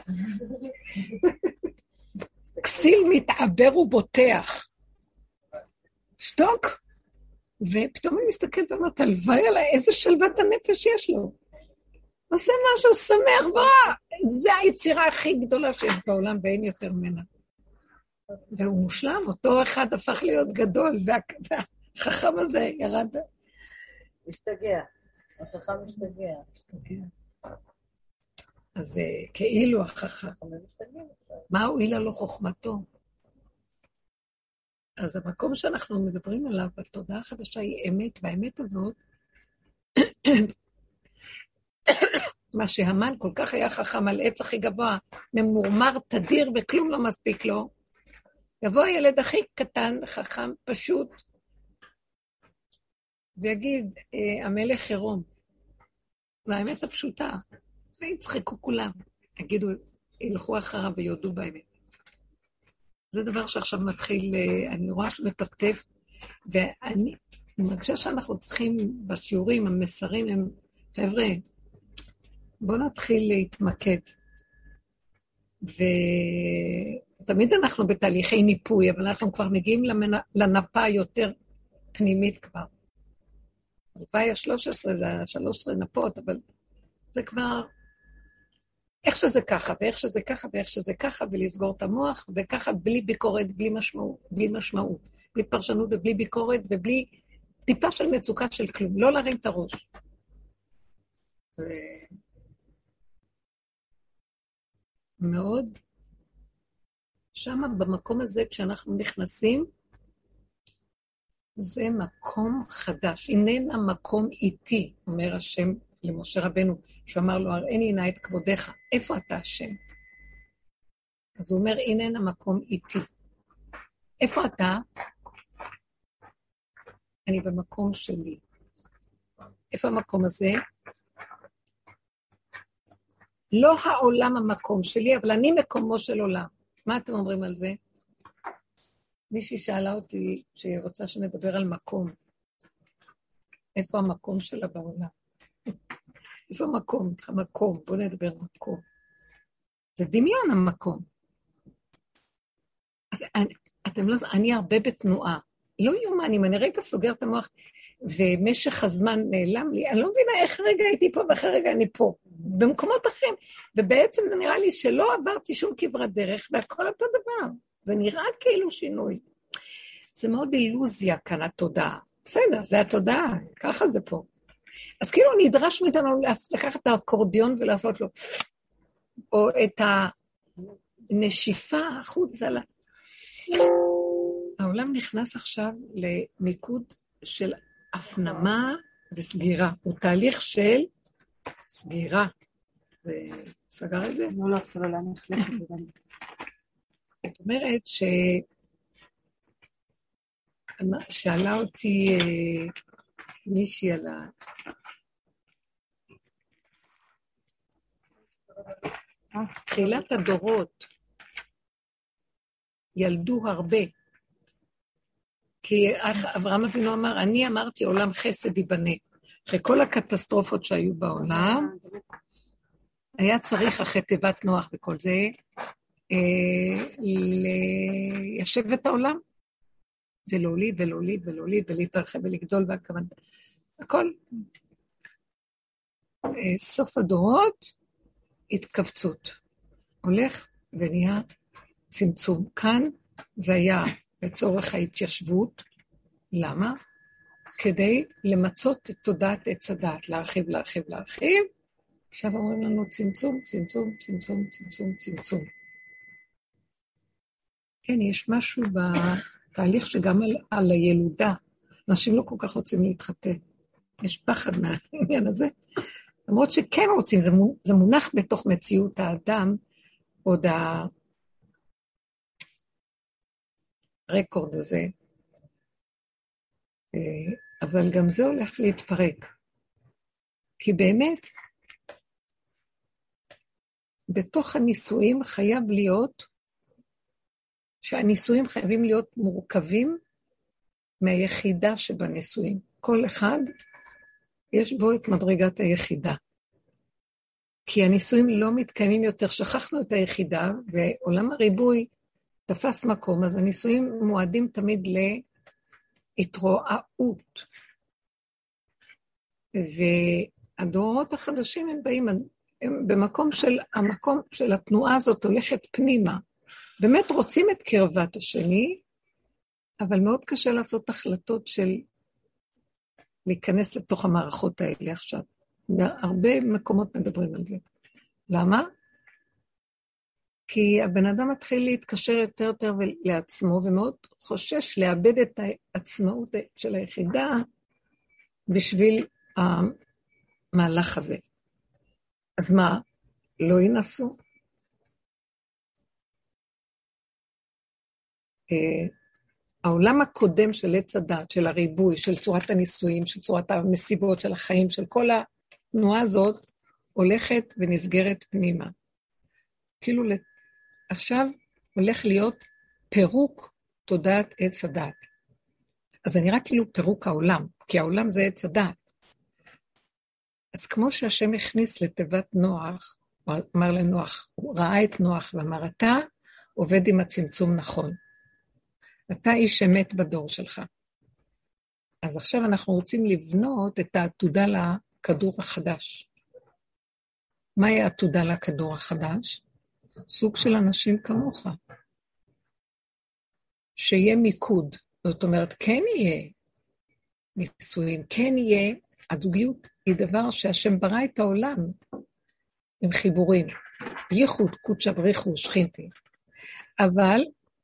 כסיל מתעבר ובוטח. שתוק. ופתאום אני מסתכלת ואומרת, הלוואי עליי, איזה שלוות הנפש יש לו. עושה משהו שמח, זה היצירה הכי גדולה שיש בעולם, ואין יותר ממנה. והוא מושלם, אותו אחד הפך להיות גדול, והחכם הזה ירד. משתגע, החכם משתגע. אז כאילו החכם. מה הועילה לו חוכמתו? אז המקום שאנחנו מדברים עליו, בתודעה החדשה היא אמת, והאמת הזאת, מה שהמן כל כך היה חכם על עץ הכי גבוה, ממורמר, תדיר וכלום לא מספיק לו, יבוא הילד הכי קטן, חכם, פשוט, ויגיד, המלך עירום, והאמת הפשוטה, ויצחקו כולם, יגידו, ילכו אחריו ויודו באמת. זה דבר שעכשיו מתחיל, אני רואה שהוא מטפטף, ואני מרגישה שאנחנו צריכים בשיעורים, המסרים הם, חבר'ה, בואו נתחיל להתמקד. ותמיד אנחנו בתהליכי ניפוי, אבל אנחנו כבר מגיעים לנפה יותר פנימית כבר. הלוואי ה-13 זה ה-13 נפות, אבל זה כבר איך שזה ככה, ואיך שזה ככה, ואיך שזה ככה, ולסגור את המוח, וככה בלי ביקורת, בלי משמעות, בלי פרשנות ובלי ביקורת, ובלי טיפה של מצוקה של כלום, לא להרים את הראש. מאוד, שם במקום הזה, כשאנחנו נכנסים, זה מקום חדש, איננה מקום איתי, אומר השם למשה רבנו, שאמר לו, הראיני נא את כבודך, איפה אתה השם? אז הוא אומר, איננה מקום איתי. איפה אתה? אני במקום שלי. איפה המקום הזה? לא העולם המקום שלי, אבל אני מקומו של עולם. מה אתם אומרים על זה? מישהי שאלה אותי שהיא רוצה שנדבר על מקום. איפה המקום שלה בעולם? איפה המקום? המקום, בואו נדבר מקום. זה דמיון המקום. אז אתם לא, אני הרבה בתנועה. לא יומן, אם אני רגע סוגר את המוח, ומשך הזמן נעלם לי, אני לא מבינה איך רגע הייתי פה ואחרי רגע אני פה. במקומות אחרים. ובעצם זה נראה לי שלא עברתי שום כברת דרך, והכל אותו דבר. זה נראה כאילו שינוי. זה מאוד אילוזיה כאן, התודעה. בסדר, זה התודעה, ככה זה פה. אז כאילו נדרש מאיתנו לקחת את האקורדיון ולעשות לו, או את הנשיפה החוצה. העולם נכנס עכשיו למיקוד של הפנמה וסגירה. הוא תהליך של סגירה. וסגר את זה? לא, סבלה, נחלקת בזה. זאת אומרת שאלה אותי מישהי על תחילת הדורות ילדו הרבה, כי אברהם אבינו אמר, אני אמרתי עולם חסד ייבנה. אחרי כל הקטסטרופות שהיו בעולם, היה צריך אחרי תיבת נוח וכל זה, ליישב את העולם, ולהוליד ולהוליד ולהוליד, ולהתרחב ולגדול והכוון. הכל. סוף הדורות, התכווצות. הולך ונהיה צמצום. כאן זה היה לצורך ההתיישבות. למה? כדי למצות את תודעת עץ הדעת, להרחיב, להרחיב, להרחיב. עכשיו אומרים לנו צמצום, צמצום, צמצום, צמצום, צמצום. כן, יש משהו בתהליך שגם על הילודה, אנשים לא כל כך רוצים להתחתן. יש פחד מהעניין הזה. למרות שכן רוצים, זה מונח בתוך מציאות האדם, עוד הרקורד הזה, אבל גם זה הולך להתפרק. כי באמת, בתוך הנישואים חייב להיות, שהנישואים חייבים להיות מורכבים מהיחידה שבנישואים. כל אחד יש בו את מדרגת היחידה. כי הנישואים לא מתקיימים יותר, שכחנו את היחידה, ועולם הריבוי תפס מקום, אז הנישואים מועדים תמיד להתרועעות. והדורות החדשים הם באים, הם במקום המקום של התנועה הזאת הולכת פנימה. באמת רוצים את קרבת השני, אבל מאוד קשה לעשות החלטות של להיכנס לתוך המערכות האלה עכשיו. בהרבה מקומות מדברים על זה. למה? כי הבן אדם מתחיל להתקשר יותר לעצמו, ומאוד חושש לאבד את העצמאות של היחידה בשביל המהלך הזה. אז מה? לא ינסו? העולם הקודם של עץ הדת, של הריבוי, של צורת הנישואים, של צורת המסיבות, של החיים, של כל התנועה הזאת, הולכת ונסגרת פנימה. כאילו עכשיו הולך להיות פירוק תודעת עץ הדת. אז זה נראה כאילו פירוק העולם, כי העולם זה עץ הדת. אז כמו שהשם הכניס לתיבת נוח, הוא אמר לנוח, הוא ראה את נוח ואמר, אתה עובד עם הצמצום נכון. אתה איש אמת בדור שלך. אז עכשיו אנחנו רוצים לבנות את העתודה לכדור החדש. מהי העתודה לכדור החדש? סוג של אנשים כמוך. שיהיה מיקוד. זאת אומרת, כן יהיה נישואים, כן יהיה, הזוגיות היא דבר שהשם ברא את העולם עם חיבורים. ייחוד, קודשא בריחו, שכינתי. אבל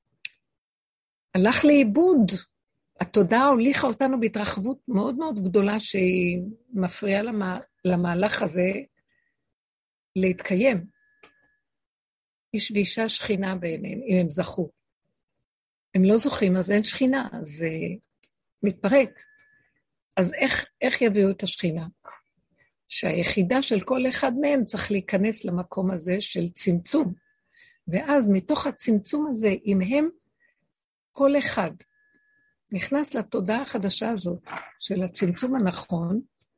הלך לאיבוד. התודעה הוליכה אותנו בהתרחבות מאוד מאוד גדולה שהיא מפריעה למהלך הזה להתקיים. איש ואישה שכינה בעיניהם, אם הם זכו. הם לא זוכים, אז אין שכינה, אז זה מתפרק. אז איך יביאו את השכינה? שהיחידה של כל אחד מהם צריך להיכנס למקום הזה של צמצום. ואז מתוך הצמצום הזה, אם הם, כל אחד נכנס לתודעה החדשה הזאת של הצמצום הנכון,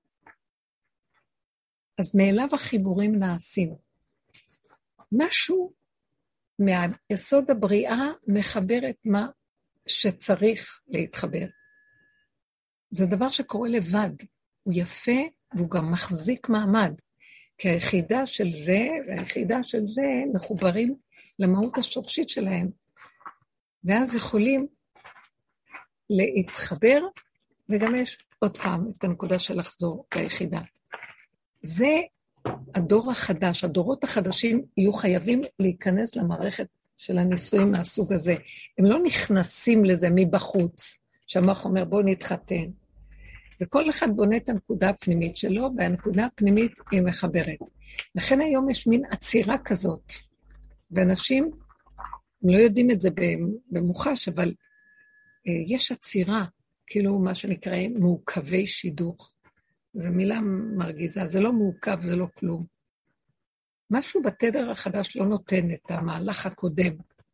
אז מאליו החיבורים נעשים. משהו מהיסוד הבריאה מחבר את מה שצריך להתחבר. זה דבר שקורה לבד, הוא יפה והוא גם מחזיק מעמד, כי היחידה של זה והיחידה של זה מחוברים למהות השורשית שלהם, ואז יכולים להתחבר, וגם יש עוד פעם את הנקודה של לחזור ליחידה. זה הדור החדש, הדורות החדשים יהיו חייבים להיכנס למערכת של הנישואים מהסוג הזה. הם לא נכנסים לזה מבחוץ, שהמוח אומר בוא נתחתן. וכל אחד בונה את הנקודה הפנימית שלו, והנקודה הפנימית היא מחברת. לכן היום יש מין עצירה כזאת, ואנשים לא יודעים את זה במוחש, אבל יש עצירה, כאילו מה שנקרא מעוכבי שידוך. זו מילה מרגיזה, זה לא מעוכב, זה לא כלום. משהו בתדר החדש לא נותן את המהלך הקודם.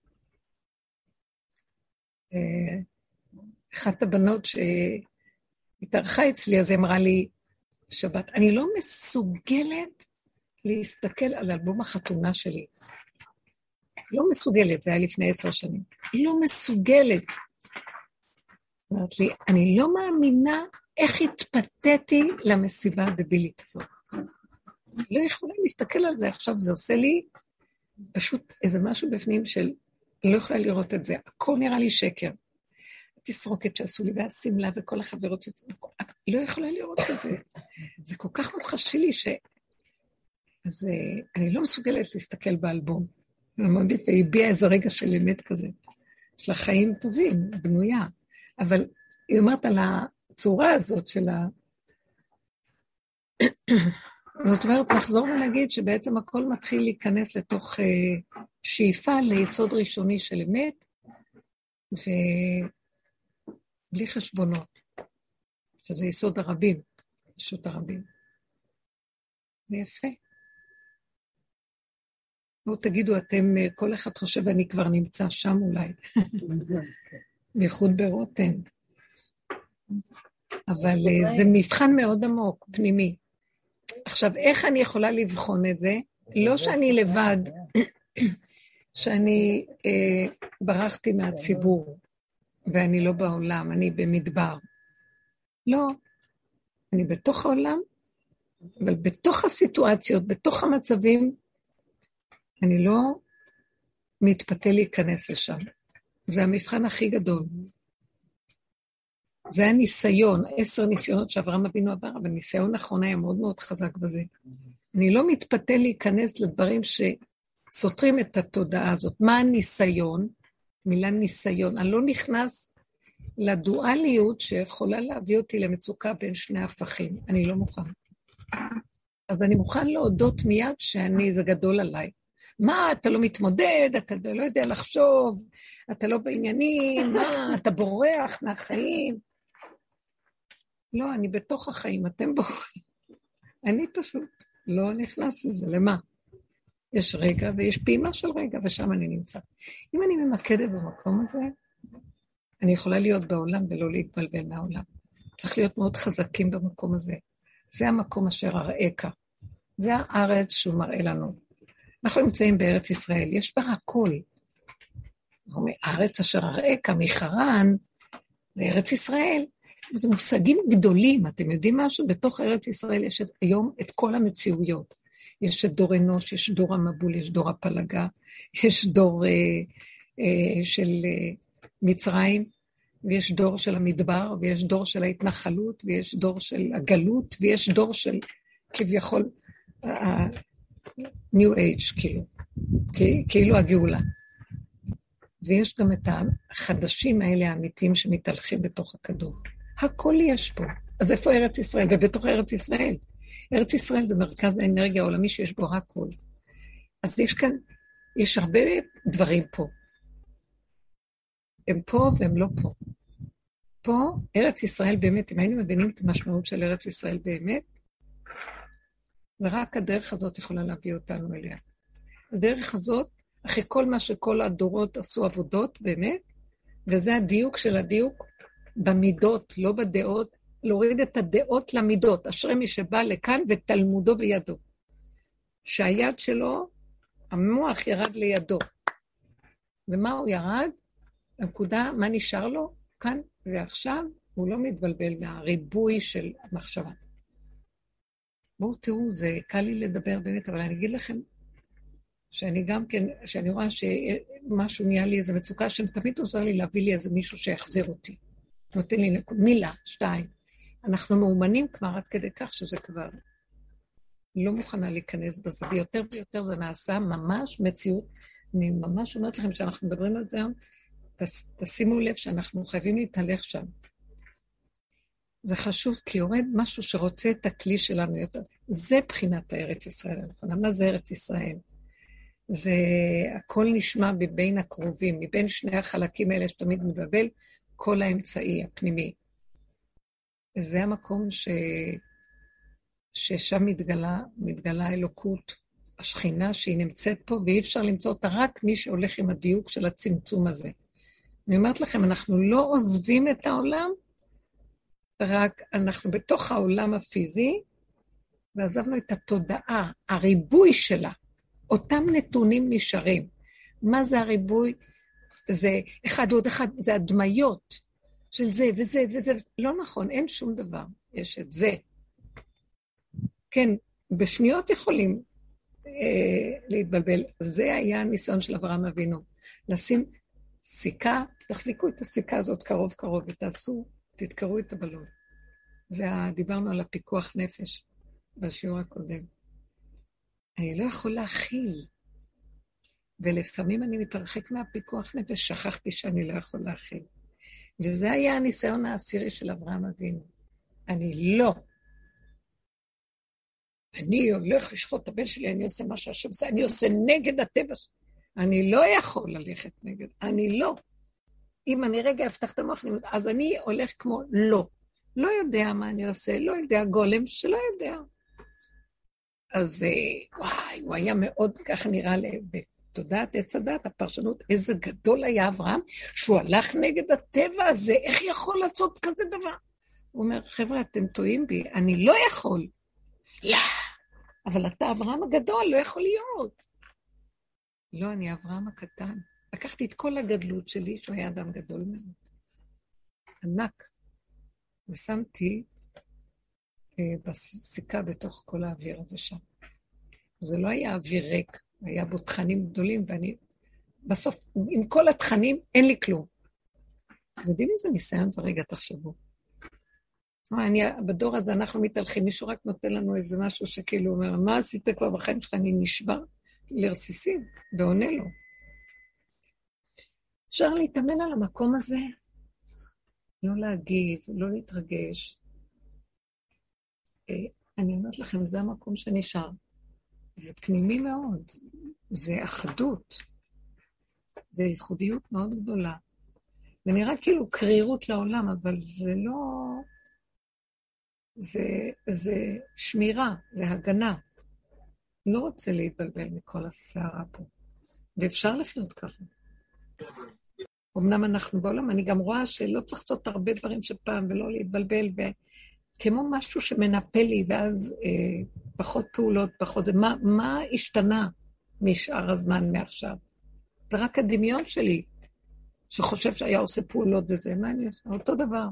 אחת הבנות שהתארחה אצלי, אז היא אמרה לי, שבת, אני לא מסוגלת להסתכל על אלבום החתונה שלי. לא מסוגלת, זה היה לפני 10 שנים. לא מסוגלת. אמרת לי, אני לא מאמינה איך התפתיתי למסיבה הדבילית הזאת. לא יכולה להסתכל על זה עכשיו, זה עושה לי פשוט איזה משהו בפנים של, לא יכולה לראות את זה, הכל נראה לי שקר. התסרוקת שעשו לי והסמלה וכל החברות שעשו לי, לא יכולה לראות את זה. זה כל כך מוחשי לי אז אני לא מסוגלת להסתכל באלבום. מאוד יפה, היא הביעה איזה רגע של אמת כזה, יש לה חיים טובים, בנויה, אבל היא אומרת על הצורה הזאת של זאת אומרת, נחזור ונגיד שבעצם הכל מתחיל להיכנס לתוך שאיפה ליסוד ראשוני של אמת, ובלי חשבונות, שזה יסוד הרבים, ישות הרבים. זה יפה. בואו תגידו, אתם, כל אחד חושב, אני כבר נמצא שם אולי. בייחוד ברותם. אבל זה מבחן מאוד עמוק, פנימי. עכשיו, איך אני יכולה לבחון את זה? לא שאני לבד, שאני ברחתי מהציבור, ואני לא בעולם, אני במדבר. לא, אני בתוך העולם, אבל בתוך הסיטואציות, בתוך המצבים, אני לא מתפתה להיכנס לשם. זה המבחן הכי גדול. זה הניסיון, 10 ניסיונות שאברהם אבינו עבר, אבל ניסיון האחרון היה מאוד מאוד חזק בזה. אני לא מתפתה להיכנס לדברים שסותרים את התודעה הזאת. מה הניסיון? מילה ניסיון. אני לא נכנס לדואליות שיכולה להביא אותי למצוקה בין שני הפכים. אני לא מוכן. אז אני מוכן להודות מיד זה גדול עליי. מה, אתה לא מתמודד, אתה לא יודע לחשוב, אתה לא בעניינים, מה, אתה בורח מהחיים. לא, אני בתוך החיים, אתם בורחים. אני פשוט לא נכנס לזה, למה? יש רגע ויש פעימה של רגע, ושם אני נמצא. אם אני ממקדת במקום הזה, אני יכולה להיות בעולם ולא להתבלבל מהעולם. צריך להיות מאוד חזקים במקום הזה. זה המקום אשר אראך. זה הארץ שהוא מראה לנו. אנחנו נמצאים בארץ ישראל, יש בה הכל. הארץ אשר אראך, מחרן, לארץ ישראל. זה מושגים גדולים, אתם יודעים משהו? בתוך ארץ ישראל יש היום את כל המציאויות. יש את דור אנוש, יש דור המבול, יש דור הפלגה, יש דור של מצרים, ויש דור של המדבר, ויש דור של ההתנחלות, ויש דור של הגלות, ויש דור של כביכול New Age, כאילו הגאולה. ויש גם את החדשים האלה האמיתיים שמתהלכים בתוך הכדור. הכל יש פה. אז איפה ארץ ישראל? ובתוך ארץ ישראל. ארץ ישראל זה מרכז האנרגיה העולמי שיש בו הכל. אז יש הרבה דברים פה. הם פה והם לא פה. פה, ארץ ישראל באמת, אם היינו מבינים את המשמעות של ארץ ישראל באמת, ורק הדרך הזאת יכולה להביא אותנו אליה. הדרך הזאת, אחרי כל מה שכל הדורות עשו עבודות באמת, וזה הדיוק של הדיוק במידות, לא בדעות, להוריד את הדעות למידות, אשרי מי שבא לכאן ותלמודו בידו. שהיד שלו, המוח ירד לידו. ומה הוא ירד? הנקודה, מה נשאר לו? כאן ועכשיו הוא לא מתבלבל מהריבוי של המחשבה. בואו תראו, זה קל לי לדבר באמת, אבל אני אגיד לכם, שאני גם כן, שאני רואה שמשהו נהיה לי איזו מצוקה, שתמיד עוזר לי להביא לי איזה מישהו שיחזיר אותי. נותן לי מילה, 2. אנחנו מאומנים כבר עד כדי כך שזה כבר לא מוכנה להיכנס בזה, ויותר ויותר זה נעשה ממש מציאות. אני ממש אומרת לכם שאנחנו מדברים על זה היום, תשימו לב שאנחנו חייבים להתהלך שם. זה חשוב, כי יורד משהו שרוצה את הכלי שלנו יותר. זה בחינת הארץ ישראל. מה זה ארץ ישראל? זה הכל נשמע מבין הקרובים, מבין שני החלקים האלה שתמיד מבלבל, כל האמצעי הפנימי. זה המקום ששם מתגלה האלוקות, השכינה שהיא נמצאת פה, ואי אפשר למצוא אותה רק מי שהולך עם הדיוק של הצמצום הזה. אני אומרת לכם, אנחנו לא עוזבים את העולם, רק אנחנו בתוך העולם הפיזי, ועזבנו את התודעה, הריבוי שלה. אותם נתונים נשארים. מה זה הריבוי? זה אחד ועוד אחד, זה הדמיות של זה וזה וזה. לא נכון, אין שום דבר. יש את זה. כן, בשניות יכולים להתבלבל. זה היה הניסיון של אברהם אבינו. לשים סיכה, תחזיקו את הסיכה הזאת קרוב קרוב ותעשו, תתקרו את הבלון. דיברנו על הפיקוח נפש בשיעור הקודם. אני לא יכול להכיל. ולפעמים אני מתרחק מהפיקוח נפש, שכחתי שאני לא יכול להכיל. וזה היה הניסיון העשירי של אברהם אבינו. אני לא. אני הולך לשחוט את הבן שלי, אני עושה מה שהשם עושה, אני עושה נגד הטבע שלי. אני לא יכול ללכת נגד, אני לא. אם אני רגע אפתח את המוח, אז אני הולך כמו לא. לא יודע מה אני עושה, לא יודע, גולם שלא יודע. אז וואי, הוא היה מאוד, ככה נראה בתודעת עץ הדת, הפרשנות, איזה גדול היה אברהם, שהוא הלך נגד הטבע הזה, איך יכול לעשות כזה דבר? הוא אומר, חבר'ה, אתם טועים בי, אני לא יכול. לא, אבל אתה אברהם הגדול, לא יכול להיות. לא, אני אברהם הקטן. לקחתי את כל הגדלות שלי, שהוא היה אדם גדול מאוד. ענק. ושמתי בסיכה בתוך כל האוויר הזה שם. זה לא היה אוויר ריק, היה בו תכנים גדולים, ואני, בסוף, עם כל התכנים, אין לי כלום. אתם יודעים איזה ניסיון זה? רגע, תחשבו. בדור הזה אנחנו מתהלכים, מישהו רק נותן לנו איזה משהו שכאילו אומר, מה עשית כבר בחיים שלך? אני נשבר לרסיסים, ועונה לו. אפשר להתאמן על המקום הזה, לא להגיב, לא להתרגש. אני אומרת לכם, זה המקום שנשאר. זה פנימי מאוד, זה אחדות, זה ייחודיות מאוד גדולה. זה נראה כאילו קרירות לעולם, אבל זה לא... זה שמירה, זה הגנה. לא רוצה להתבלבל מכל הסערה פה. ואפשר לחיות ככה. אמנם אנחנו בעולם, אני גם רואה שלא צריך לעשות הרבה דברים שפעם, ולא להתבלבל, וכמו משהו שמנפה לי, ואז פחות פעולות, פחות... מה השתנה משאר הזמן מעכשיו? זה רק הדמיון שלי, שחושב שהיה עושה פעולות וזה. מה אני עושה? אותו דבר.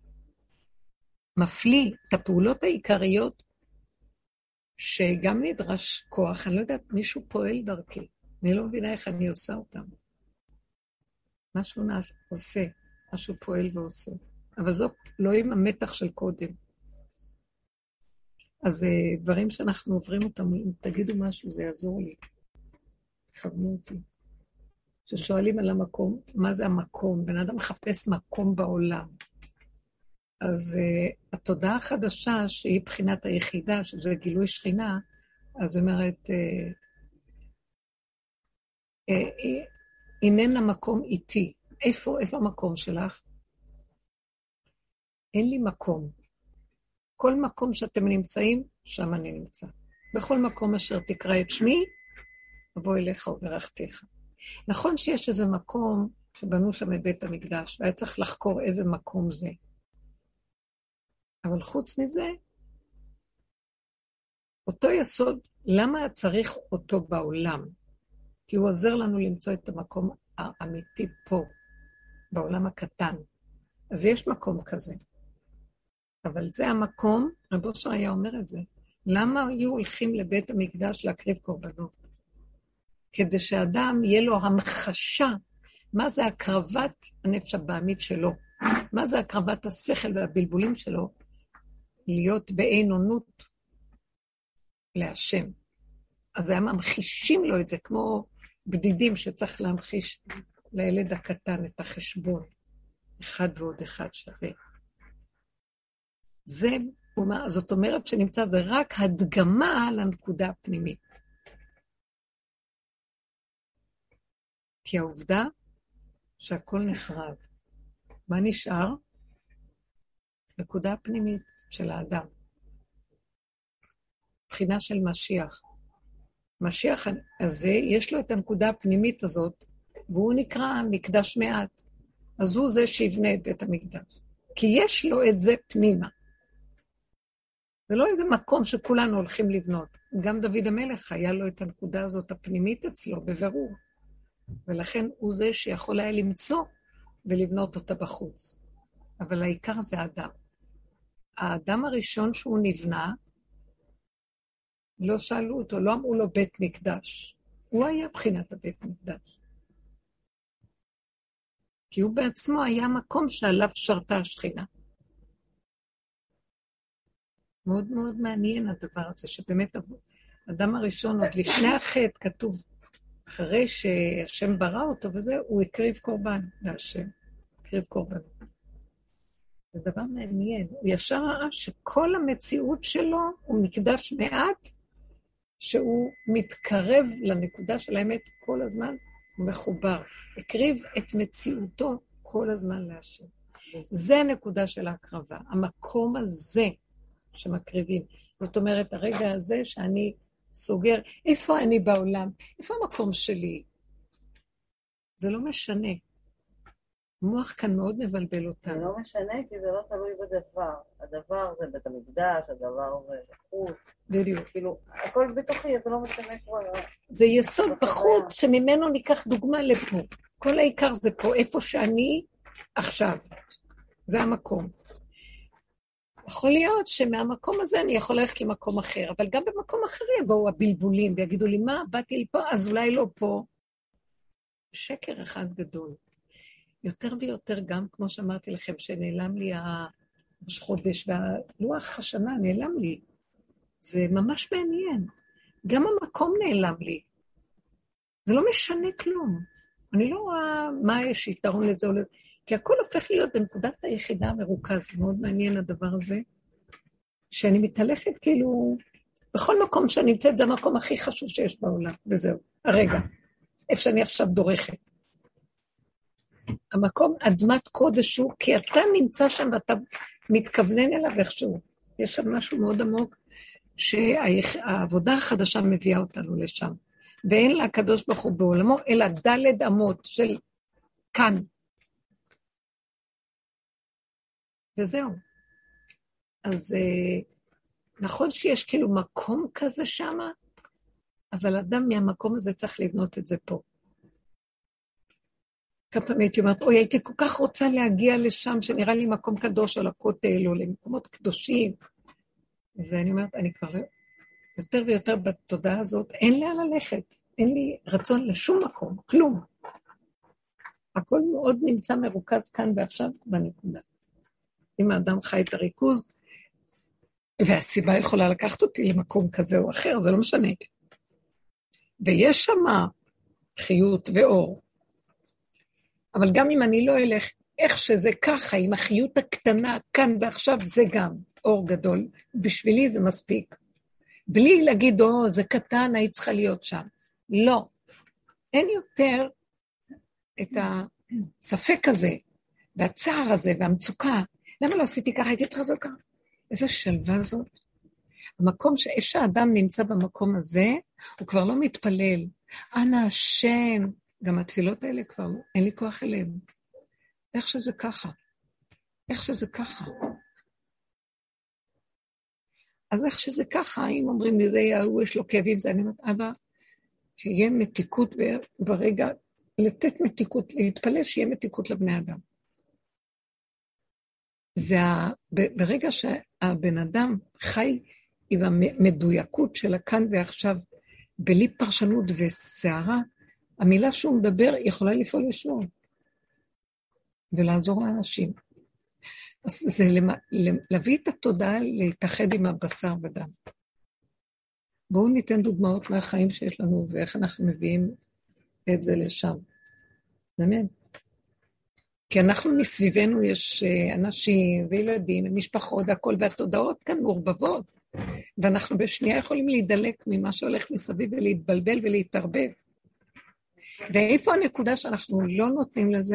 מפליא את הפעולות העיקריות, שגם נדרש כוח, אני לא יודעת, מישהו פועל דרכי. אני לא מבינה איך אני עושה אותם. משהו עושה, משהו פועל ועושה. אבל זו לא עם המתח של קודם. אז דברים שאנחנו עוברים אותם, אם תגידו משהו, זה יעזור לי. חבנו אותי. ששואלים על המקום, מה זה המקום? בן אדם מחפש מקום בעולם. אז התודעה החדשה, שהיא בחינת היחידה, שזה גילוי שכינה, אז היא אומרת, איננה מקום איתי. איפה המקום שלך? אין לי מקום. כל מקום שאתם נמצאים, שם אני נמצא. בכל מקום אשר תקרא את שמי, אבוא אליך וברכתיך. נכון שיש איזה מקום שבנו שם את בית המקדש, והיה צריך לחקור איזה מקום זה. אבל חוץ מזה, אותו יסוד, למה צריך אותו בעולם? כי הוא עוזר לנו למצוא את המקום האמיתי פה, בעולם הקטן. אז יש מקום כזה. אבל זה המקום, רב אושר היה אומר את זה, למה היו הולכים לבית המקדש להקריב קורבנות? כדי שאדם יהיה לו המחשה, מה זה הקרבת הנפש הבעמית שלו? מה זה הקרבת השכל והבלבולים שלו? להיות בעין עונות להשם. אז היה ממחישים לו את זה, כמו בדידים שצריך להמחיש לילד הקטן את החשבון. אחד ועוד אחד שווה. זה, זאת אומרת שנמצא, זה רק הדגמה לנקודה הפנימית. כי העובדה שהכל נחרב. מה נשאר? נקודה הפנימית של האדם. בחינה של משיח. משיח הזה, יש לו את הנקודה הפנימית הזאת, והוא נקרא מקדש מעט. אז הוא זה שיבנה את בית המקדש. כי יש לו את זה פנימה. זה לא איזה מקום שכולנו הולכים לבנות. גם דוד המלך היה לו את הנקודה הזאת הפנימית אצלו, בבירור. ולכן הוא זה שיכול היה למצוא ולבנות אותה בחוץ. אבל העיקר זה האדם. האדם הראשון שהוא נבנה, לא שאלו אותו, לא אמרו לו בית מקדש. הוא היה בחינת הבית מקדש. כי הוא בעצמו היה מקום שעליו שרתה השכינה. מאוד מאוד מעניין הדבר הזה, שבאמת האדם הראשון, עוד לפני החטא, כתוב, אחרי שהשם ברא אותו וזה, הוא הקריב קורבן להשם. הקריב קורבן. זה דבר מעניין. הוא ישר ראה שכל המציאות שלו הוא מקדש מעט, שהוא מתקרב לנקודה של האמת כל הזמן, הוא מחובר. הקריב את מציאותו כל הזמן להשם. זה הנקודה של ההקרבה. המקום הזה שמקריבים. זאת אומרת, הרגע הזה שאני סוגר, איפה אני בעולם? איפה המקום שלי? זה לא משנה. המוח כאן מאוד מבלבל זה אותנו. לא משנה, כי זה לא תלוי בדבר. הדבר זה בית המקדש, הדבר זה בחוץ. בדיוק. כאילו, הכל בתוכי, זה לא משנה כבר. זה יסוד בחוויה. בחוץ שממנו ניקח דוגמה לפה. כל העיקר זה פה, איפה שאני עכשיו. זה המקום. יכול להיות שמהמקום הזה אני יכול ללכת למקום אחר, אבל גם במקום אחר יבואו הבלבולים ויגידו לי, מה, באתי לפה, אז אולי לא פה. שקר אחד גדול. יותר ויותר גם, כמו שאמרתי לכם, שנעלם לי הראש חודש והלוח השנה נעלם לי. זה ממש מעניין. גם המקום נעלם לי. זה לא משנה כלום. אני לא רואה מה יש יתרון לזה או לזה, כי הכל הופך להיות בנקודת היחידה המרוכז. מאוד מעניין הדבר הזה, שאני מתהלכת כאילו, בכל מקום שאני נמצאת, זה המקום הכי חשוב שיש בעולם, וזהו, הרגע, איפה שאני עכשיו דורכת. המקום אדמת קודש הוא, כי אתה נמצא שם ואתה מתכוונן אליו איכשהו. יש שם משהו מאוד עמוק, שהעבודה החדשה מביאה אותנו לשם. ואין לה הקדוש ברוך הוא בעולמו, אלא דלת אמות של כאן. וזהו. אז נכון שיש כאילו מקום כזה שם, אבל אדם מהמקום הזה צריך לבנות את זה פה. כמה פעמים הייתי אומרת, אוי, הייתי כל כך רוצה להגיע לשם, שנראה לי מקום קדוש או לכותל, או למקומות קדושים. ואני אומרת, אני כבר יותר ויותר בתודעה הזאת, אין לאן ללכת, אין לי רצון לשום מקום, כלום. הכל מאוד נמצא מרוכז כאן ועכשיו בנקודה. אם האדם חי את הריכוז, והסיבה יכולה לקחת אותי למקום כזה או אחר, זה לא משנה. ויש שם חיות ואור. אבל גם אם אני לא אלך, איך שזה ככה, עם החיות הקטנה, כאן ועכשיו, זה גם אור גדול. בשבילי זה מספיק. בלי להגיד, זה קטן, היית צריכה להיות שם. לא. אין יותר את הספק הזה, והצער הזה, והמצוקה. למה לא עשיתי ככה? הייתי צריכה לעשות ככה. איזה שלווה זאת. המקום שהאדם נמצא במקום הזה, הוא כבר לא מתפלל. אנא השם. גם התפילות האלה כבר, אין לי כוח אליהם. איך שזה ככה. איך שזה ככה. אז איך שזה ככה, אם אומרים לי, זה הוא יש לו כאבים, זה אני אומרת, אבא, שיהיה מתיקות ברגע, לתת מתיקות, להתפלל שיהיה מתיקות לבני אדם. זה ברגע שהבן אדם חי עם המדויקות של הכאן ועכשיו, בלי פרשנות ושערה, המילה שהוא מדבר יכולה לפעול ישוע, ולעזור לאנשים. אז זה להביא את התודעה להתאחד עם הבשר ודם. בואו ניתן דוגמאות מהחיים שיש לנו, ואיך אנחנו מביאים את זה לשם. אמן. כי אנחנו מסביבנו יש אנשים וילדים ומשפחות, הכל, והתודעות כאן מעורבבות, ואנחנו בשנייה יכולים להידלק ממה שהולך מסביב ולהתבלבל ולהתערבב. ואיפה הנקודה שאנחנו לא נותנים לזה,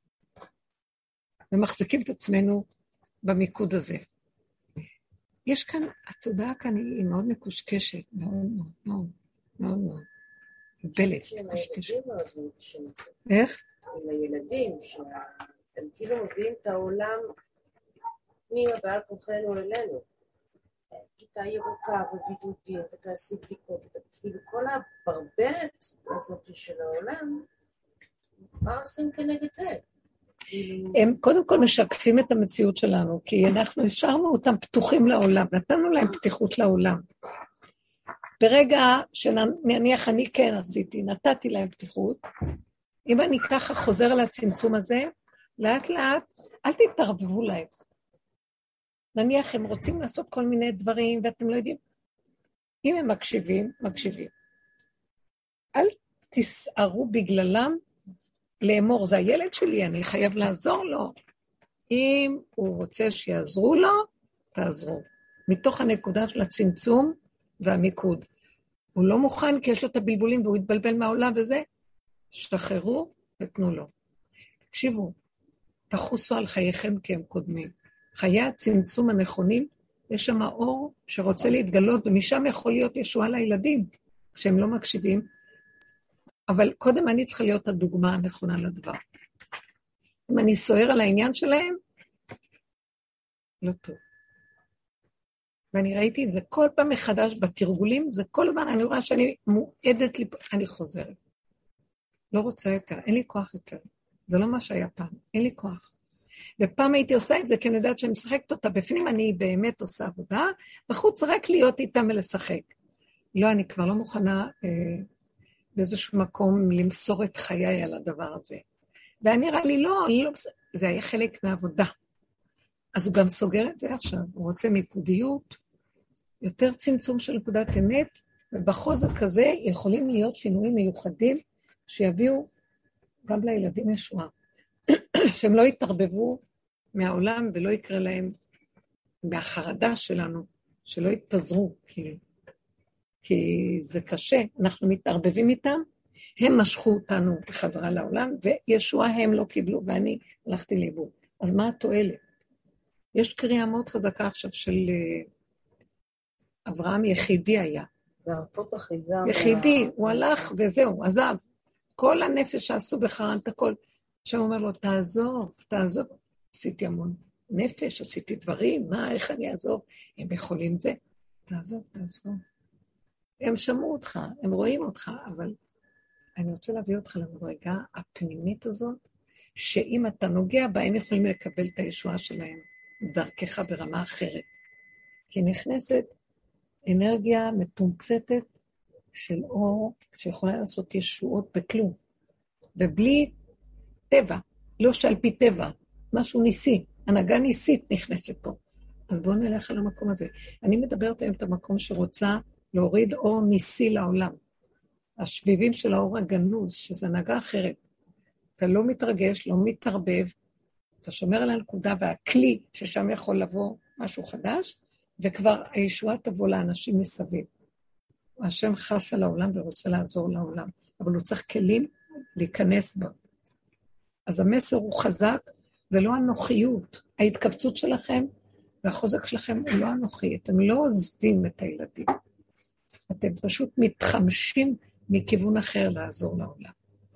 ומחזיקים את עצמנו במיקוד הזה. יש כאן, התודעה כאן היא מאוד מקושקשת, מאוד מאוד מאוד מאוד מאוד. בלת, מקושקשת. איך? עם הילדים, שהם כאילו מביאים את העולם פנימה בעל כוחנו אלינו. כיתה ירוקה ובידודים ותעשי בדיקות, כאילו כל הברברת הזאת של העולם, מה עושים כנגד זה? הם קודם כל משקפים את המציאות שלנו, כי אנחנו השארנו אותם פתוחים לעולם, נתנו להם פתיחות לעולם. ברגע שנניח אני כן עשיתי, נתתי להם פתיחות, אם אני ככה חוזר על הצמצום הזה, לאט לאט, אל תתערבבו להם. נניח הם רוצים לעשות כל מיני דברים, ואתם לא יודעים. אם הם מקשיבים, מקשיבים. אל תסערו בגללם לאמור, זה הילד שלי, אני חייב לעזור לו. אם הוא רוצה שיעזרו לו, תעזרו. מתוך הנקודה של הצמצום והמיקוד. הוא לא מוכן כי יש לו את הבלבולים והוא יתבלבל מהעולם וזה, שחררו ותנו לו. תקשיבו, תחוסו על חייכם כי הם קודמים. חיי הצמצום הנכונים, יש שם אור שרוצה להתגלות, ומשם יכול להיות ישועה לילדים, שהם לא מקשיבים, אבל קודם אני צריכה להיות הדוגמה הנכונה לדבר. אם אני סוער על העניין שלהם, לא טוב. ואני ראיתי את זה כל פעם מחדש בתרגולים, זה כל הזמן, אני רואה שאני מועדת, אני חוזרת. לא רוצה יותר, אין לי כוח יותר. זה לא מה שהיה פעם, אין לי כוח. ופעם הייתי עושה את זה, כי אני יודעת שאני משחקת אותה בפנים, אני באמת עושה עבודה, בחוץ רק להיות איתם ולשחק. לא, אני כבר לא מוכנה באיזשהו מקום למסור את חיי על הדבר הזה. ואני נראה לי, לא, זה היה חלק מהעבודה. אז הוא גם סוגר את זה עכשיו, הוא רוצה מיקודיות, יותר צמצום של נקודת אמת, ובחוזק הזה יכולים להיות שינויים מיוחדים, שיביאו גם לילדים ישועה, שהם לא יתערבבו מהעולם, ולא יקרה להם מהחרדה שלנו, שלא יתפזרו, כי זה קשה, אנחנו מתערבבים איתם, הם משכו אותנו בחזרה לעולם, וישועה הם לא קיבלו, ואני הלכתי לאיבוד. אז מה התועלת? יש קריאה מאוד חזקה עכשיו של אברהם יחידי היה. זה הרפות אחיזה. יחידי, הוא הלך וזהו, עזב. כל הנפש שעשו בחרנת הכל, שם אומר לו, תעזוב. עשיתי המון נפש, עשיתי דברים, איך אני אעזוב? הם יכולים זה. תעזוב. הם שמעו אותך, הם רואים אותך, אבל אני רוצה להביא אותך למדרגה הפנימית הזאת, שאם אתה נוגע בה, הם יכולים לקבל את הישועה שלהם, דרכך ברמה אחרת. כי נכנסת אנרגיה מתומצתת של אור, שיכולה לעשות ישועות בכלום, ובלי טבע, לא שעל פי טבע, משהו ניסי, הנהגה ניסית נכנסת פה. אז בואו נלך על המקום הזה. אני מדברת היום את המקום שרוצה להוריד אור ניסי לעולם. השביבים של האור הגנוז, שזה הנהגה אחרת. אתה לא מתרגש, לא מתערבב, אתה שומר על הנקודה והכלי ששם יכול לבוא משהו חדש, וכבר הישועה תבוא לאנשים מסביב. השם חס על העולם ורוצה לעזור לעולם, אבל הוא צריך כלים להיכנס בו. אז המסר הוא חזק, זה לא הנוחיות. ההתכווצות שלכם והחוזק שלכם הוא לא הנוחי. אתם לא עוזבים את הילדים. אתם פשוט מתחמשים מכיוון אחר לעזור לעולם.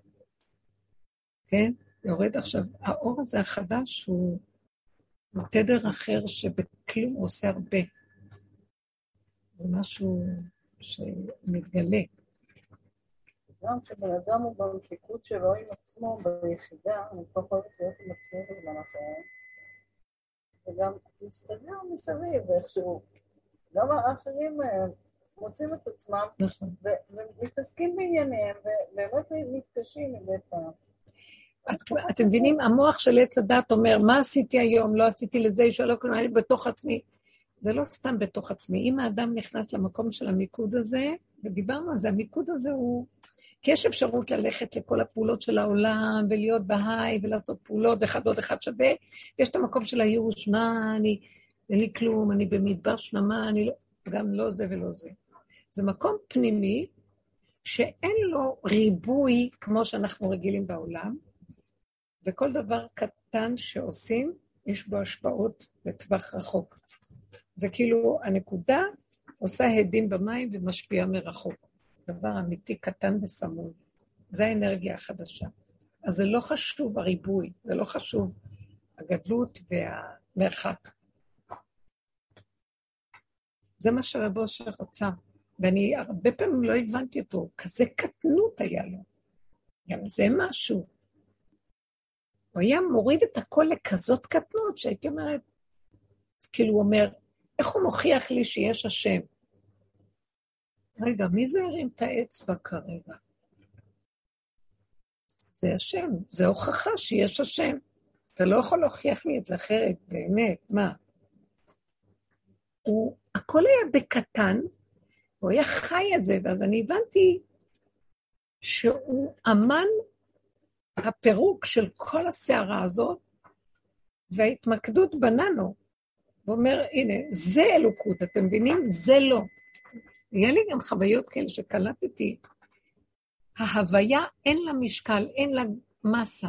כן? יורד עכשיו. האור הזה החדש הוא תדר אחר שבכלום הוא עושה הרבה. זה משהו שמתגלה. גם כשבן אדם הוא במתיקות שלו עם עצמו ביחידה, אני כבר חושבת להיות עם עצמי בזמן אחר, וגם מסתדר מסביב איכשהו. גם האחרים מוצאים את עצמם, ומתעסקים בענייניהם, ובאמת מתקשים מדי פעם. אתם מבינים, המוח של עץ הדת אומר, מה עשיתי היום, לא עשיתי לזה, שלא כלום, אני בתוך עצמי. זה לא סתם בתוך עצמי. אם האדם נכנס למקום של המיקוד הזה, ודיברנו על זה, המיקוד הזה הוא... כי יש אפשרות ללכת לכל הפעולות של העולם, ולהיות בהיי, ולעשות פעולות, אחד עוד אחד שווה, ויש את המקום של הייאוש, מה אני, אין לי כלום, אני במדבר שלמה, אני לא, גם לא זה ולא זה. זה מקום פנימי, שאין לו ריבוי, כמו שאנחנו רגילים בעולם, וכל דבר קטן שעושים, יש בו השפעות לטווח רחוק. זה כאילו, הנקודה עושה הדים במים ומשפיעה מרחוק. דבר אמיתי, קטן וסמוי. זה האנרגיה החדשה. אז זה לא חשוב הריבוי, זה לא חשוב הגדלות והמרחק. זה מה שרב אושר רצה, ואני הרבה פעמים לא הבנתי אותו, כזה קטנות היה לו. גם זה משהו. הוא היה מוריד את הכל לכזאת קטנות, שהייתי אומרת, כאילו הוא אומר, איך הוא מוכיח לי שיש השם? רגע, מי זה הרים את האצבע כרגע? זה השם, זה הוכחה שיש השם. אתה לא יכול להוכיח לי את זה אחרת, באמת, מה? הכל היה בקטן, הוא היה חי את זה, ואז אני הבנתי שהוא אמן הפירוק של כל השערה הזאת, וההתמקדות בננו, הוא אומר, הנה, זה אלוקות, אתם מבינים? זה לא. היה לי גם חוויות כאלה שקלטתי, ההוויה אין לה משקל, אין לה מסה.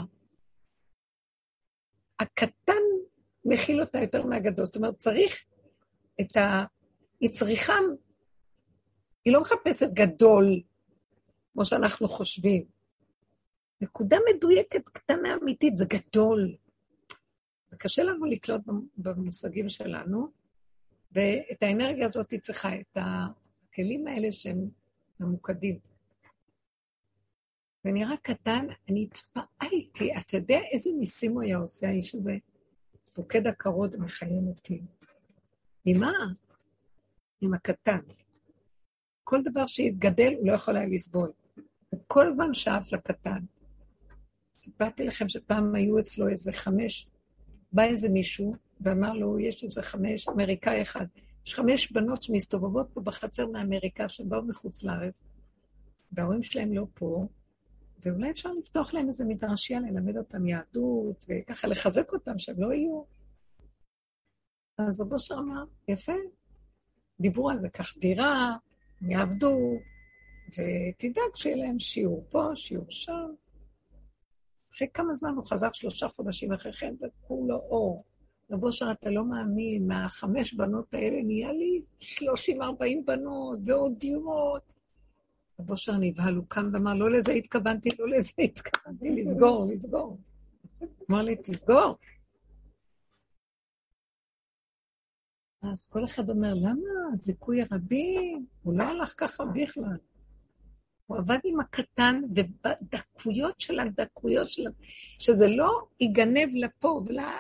הקטן מכיל אותה יותר מהגדול, זאת אומרת, צריך את היא צריכה, היא לא מחפשת גדול, כמו שאנחנו חושבים. נקודה מדויקת, קטנה, אמיתית, זה גדול. זה קשה לנו לקלוט במושגים שלנו, ואת האנרגיה הזאת היא צריכה, את הכלים האלה שהם ממוקדים. ונראה קטן, אני התפעלתי, אתה יודע איזה ניסים הוא היה עושה האיש הזה? פוקד הקרוד מחיימת כאילו. עם מה? עם הקטן. כל דבר שיתגדל הוא לא יכול היה לסבול. וכל הזמן שאף לקטן. סיפרתי לכם שפעם היו אצלו איזה 5, בא איזה מישהו ואמר לו, יש איזה 5, אמריקאי אחד. יש 5 בנות שמסתובבות פה בחצר מאמריקה שבאו מחוץ לארץ, וההורים שלהם לא פה, ואולי אפשר לפתוח להם איזה מדרשייה, ללמד אותם יהדות, וככה לחזק אותם שהם לא יהיו. אז רבו שר אמר, יפה, דיברו על זה, כך דירה, הם יעבדו, ותדאג שיהיה להם שיעור פה, שיעור שם. אחרי כמה זמן הוא חזר 3 חודשים אחרי כן, וכולו אור. רבו שר, אתה לא מאמין, מה5 בנות האלה נהיה לי 30-40 בנות, ועוד דירות. רבו שר נבהל, הוא קם ואמר, לא לזה התכוונתי, לא לזה התכוונתי, לסגור. אמר לי, תסגור. אז כל אחד אומר, למה? זיכוי הרבים, הוא לא הלך ככה בכלל. הוא עבד עם הקטן, ובדקויות של הדקויות של... שזה לא ייגנב לפה,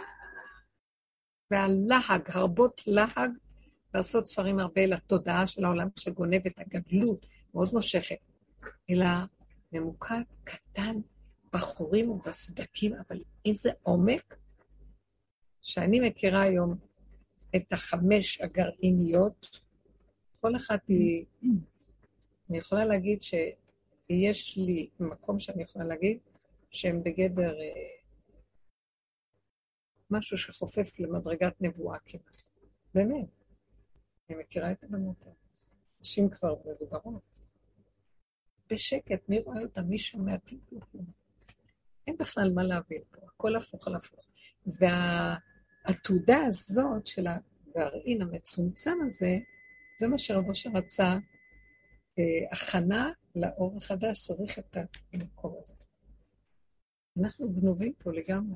והלהג, הרבות להג, לעשות ספרים הרבה לתודעה של העולם שגונב את הגדלות, מאוד מושכת, אלא ממוקד, קטן, בחורים ובסדקים, אבל איזה עומק, שאני מכירה היום את 5 הגרעיניות, כל אחת היא, אני יכולה להגיד שיש לי מקום שאני יכולה להגיד, שהם בגדר משהו שחופף למדרגת נבואה כמעט. באמת, אני מכירה את הבנות. נשים כבר מדוברות. בשקט, מי רואה אותה, מי שומע כלום. אין בכלל מה להבין פה, הכל הפוך על הפוך. והעתודה הזאת של הגרעין המצומצם הזה, זה מה שרבו שרצה, הכנה לאור החדש, צריך את המקום הזה. אנחנו גנובים פה לגמרי.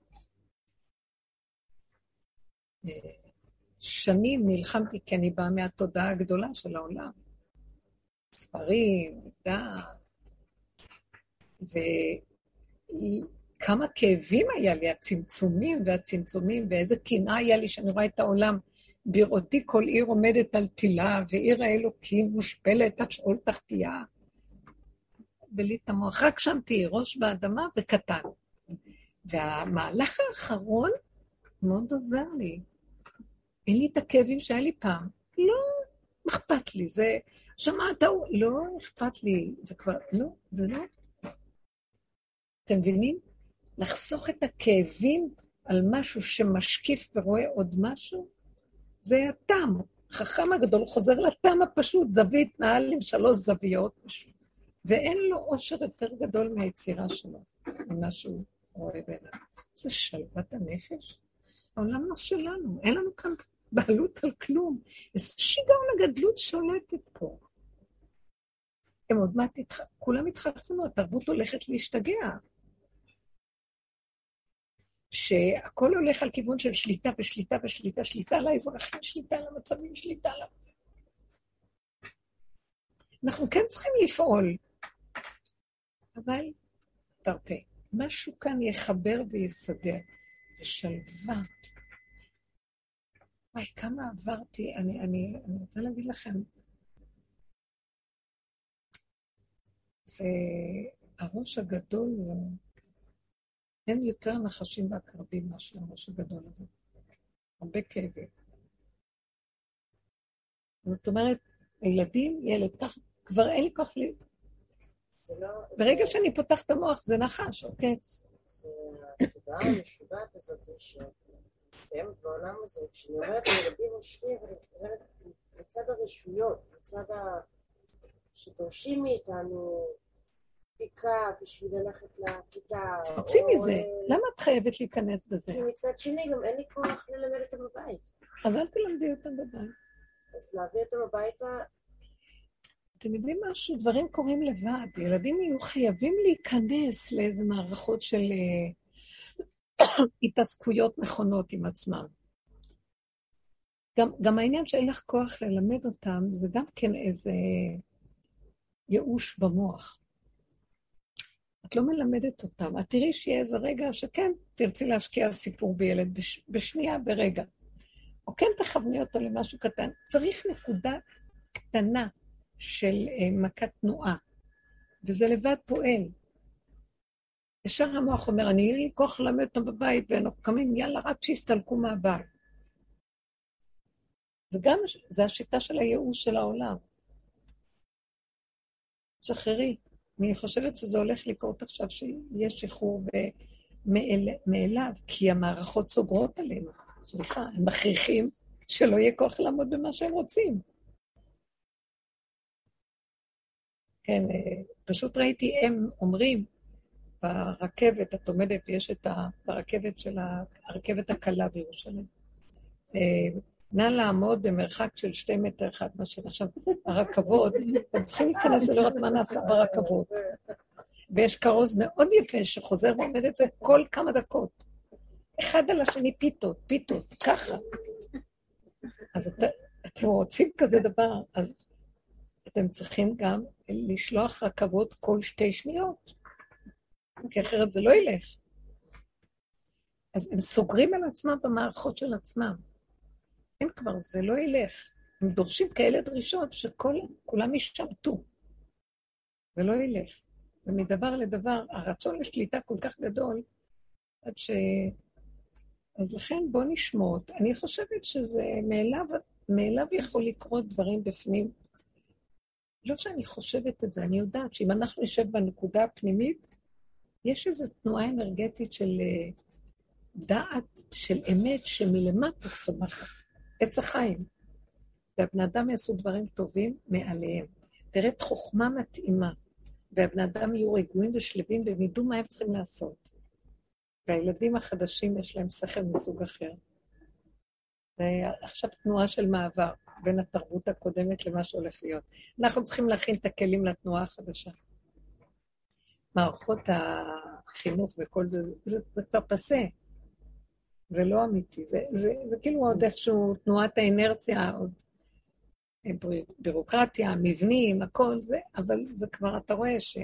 שנים נלחמתי, כי אני באה מהתודעה הגדולה של העולם. ספרים, מידע, וכמה כאבים היה לי, הצמצומים, ואיזה קנאה היה לי שאני רואה את העולם. בראותי כל עיר עומדת על תילה, ועיר האלוקים מושפלת עד שאול תחתיה. בלי את המוח, רק שם תהיה ראש באדמה וקטן. והמהלך האחרון מאוד עוזר לי. אין לי את הכאבים שהיה לי פעם. לא אכפת לי, זה... שמעת, לא אכפת לי, זה כבר... לא, זה לא. אתם מבינים? לחסוך את הכאבים על משהו שמשקיף ורואה עוד משהו, זה הטעם. חכם הגדול חוזר לטעם הפשוט, זווית נעל עם 3 זוויות, ואין לו עושר יותר גדול מהיצירה שלו, ממה שהוא רואה בעיניו. זה שלוות הנפש. העולם לא שלנו, אין לנו כאן בעלות על כלום. איזה שיגעון הגדלות שולטת פה. הם עוד מעט, כולם התחלפנו, התרבות הולכת להשתגע. שהכל הולך על כיוון של שליטה ושליטה ושליטה, שליטה על האזרחים, שליטה על המצבים, שליטה על... אנחנו כן צריכים לפעול, אבל תרפה. משהו כאן יחבר ויסדר. זה שלווה. וואי, כמה עברתי, אני רוצה להגיד לכם, זה הראש הגדול, אין יותר נחשים ועקרבים מאשר הראש הגדול הזה. הרבה כאבים. זאת אומרת, הילדים, ילד, כך, כבר אין לי כוח לי. ברגע שאני פותח את המוח, זה נחש, אוקיי? זה התודעה המשוגעת הזאת, שהם בעולם הזה, כשאני אומרת לילדים מושכים, ואני מתכוונת לצד הרשויות, לצד שדורשים מאיתנו בדיקה בשביל ללכת לכיתה. תצאי מזה, למה את חייבת להיכנס בזה? כי מצד שני גם אין לי כוח ללמד אותם בבית. אז אל תלמדי אותם בבית. אז להביא אותם הביתה... אתם יודעים משהו? דברים קורים לבד. ילדים יהיו חייבים להיכנס לאיזה מערכות של התעסקויות נכונות עם עצמם. גם העניין שאין לך כוח ללמד אותם, זה גם כן איזה ייאוש במוח. את לא מלמדת אותם. את תראי שיהיה איזה רגע שכן, תרצי להשקיע סיפור בילד בשנייה, ברגע. או כן תכווני אותו למשהו קטן. צריך נקודה קטנה של מכת תנועה, וזה לבד פועל. ישר המוח אומר, אני יהיה לי כוח ללמד אותם בבית, ואנחנו קמים, יאללה, רק שיסתלקו מהבית. וגם, זה השיטה של הייאוש של העולם. שחררי. אני חושבת שזה הולך לקרות עכשיו, שיהיה שחרור מאליו, כי המערכות סוגרות עלינו. סליחה, הם מכריחים שלא יהיה כוח לעמוד במה שהם רוצים. כן, פשוט ראיתי, הם אומרים, ברכבת, את עומדת, יש את ברכבת של הרכבת הקלה בירושלים. נא לעמוד במרחק של 2 מטר אחד מהשני. עכשיו, הרכבות, אתם צריכים להיכנס ולראות מה נעשה ברכבות. ויש כרוז מאוד יפה שחוזר ועומד את זה כל כמה דקות. אחד על השני פיתות, ככה. אז אתם רוצים כזה דבר, אז אתם צריכים גם לשלוח רכבות כל 2 שניות, כי אחרת זה לא ילך. אז הם סוגרים על עצמם במערכות של עצמם. אין כבר, זה לא ילך. הם דורשים כאלה דרישות שכולם ישמטו. זה לא ילך. ומדבר לדבר, הרצון לשליטה כל כך גדול, עד אז לכן בוא נשמות. אני חושבת שזה מאליו יכול לקרות דברים בפנים. לא שאני חושבת את זה, אני יודעת שאם אנחנו נשב בנקודה הפנימית, יש איזו תנועה אנרגטית של דעת, של אמת, שמלמטה צומחת. עץ החיים. והבני אדם יעשו דברים טובים מעליהם. תראית חוכמה מתאימה. והבני אדם יהיו רגועים ושלבים והם ידעו מה הם צריכים לעשות. והילדים החדשים יש להם שכל מסוג אחר. ועכשיו תנועה של מעבר בין התרבות הקודמת למה שהולך להיות. אנחנו צריכים להכין את הכלים לתנועה החדשה. מערכות החינוך וכל זה, זה כבר פסה. זה לא אמיתי. זה כאילו עוד איכשהו תנועת האינרציה, עוד בירוקרטיה, מבנים, הכל זה, אבל זה כבר, אתה רואה ש...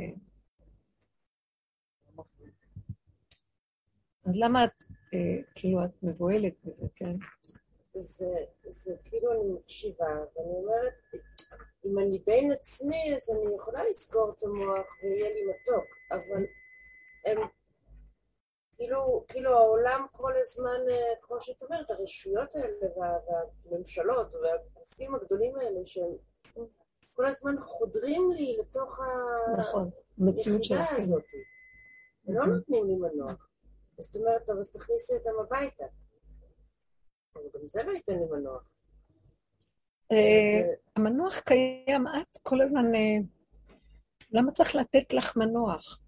אז למה את, כאילו, את מבועלת בזה, כן? זה כאילו אני מקשיבה, ואני אומרת, אם אני בין עצמי, אז אני יכולה לסגור את המוח ויהיה לי מתוק, אבל הם, כאילו העולם כל הזמן, כמו שאת אומרת, הרשויות האלה והממשלות והגופים הגדולים האלה, שהם כל הזמן חודרים לי לתוך היחידה הזאת, ולא נותנים לי מנוח. זאת אומרת, טוב, אז תכניסי אותם הביתה. אבל גם זה לא ייתן לי מנוח. המנוח קיים, את כל הזמן, למה צריך לתת לך מנוח?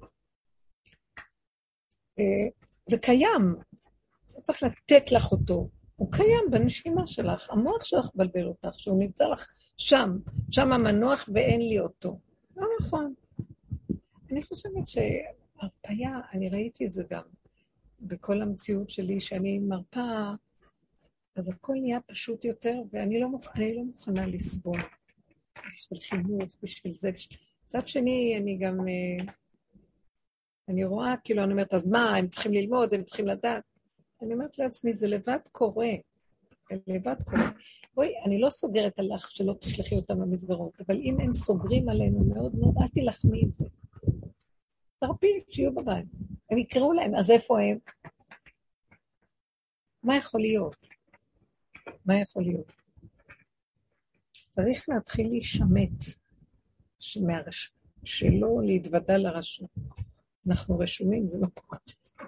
זה קיים, לא צריך לתת לך אותו, הוא קיים בנשימה שלך, המוח שלך בלבל אותך, שהוא נמצא לך שם המנוח ואין לי אותו. לא נכון. אני חושבת שהרפיה, אני ראיתי את זה גם בכל המציאות שלי, שאני מרפאה, אז הכל נהיה פשוט יותר, ואני לא מוכנה לסבול בשביל חינוך, בשביל זה. מצד שני, אני גם, אני רואה, כאילו, אני אומרת, אז מה, הם צריכים ללמוד, הם צריכים לדעת. אני אומרת לעצמי, זה לבד קורה. בואי, אני לא סוגרת עליך שלא תשלחי אותם למסגרות, אבל אם הם סוגרים עלינו מאוד מאוד, אל תלחמי עם זה. תרפי, שיהיו בבית. הם יקראו להם, אז איפה הם? מה יכול להיות? צריך להתחיל להישמט שלא להתוודע לרשות. אנחנו רשומים, זה לא קורה.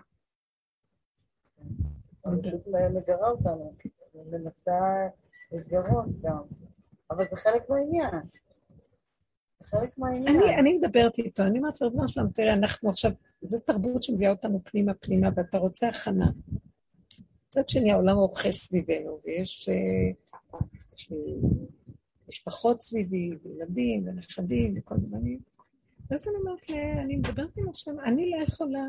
פשוט מגרה אותנו, ומנסה לסגרות גם. אבל זה חלק מהעניין. אני מדברת איתו, אני אומרת לרבנו שלם, תראה, אנחנו עכשיו, זו תרבות שמביאה אותנו פנימה, ואתה רוצה הכנה. מצד שני, העולם אוכל סביבנו, ויש משפחות סביבי, וילדים, ונכדים, וכל דברים. ואז אני אומרת לה, אני מדברת עם השם, אני לא יכולה,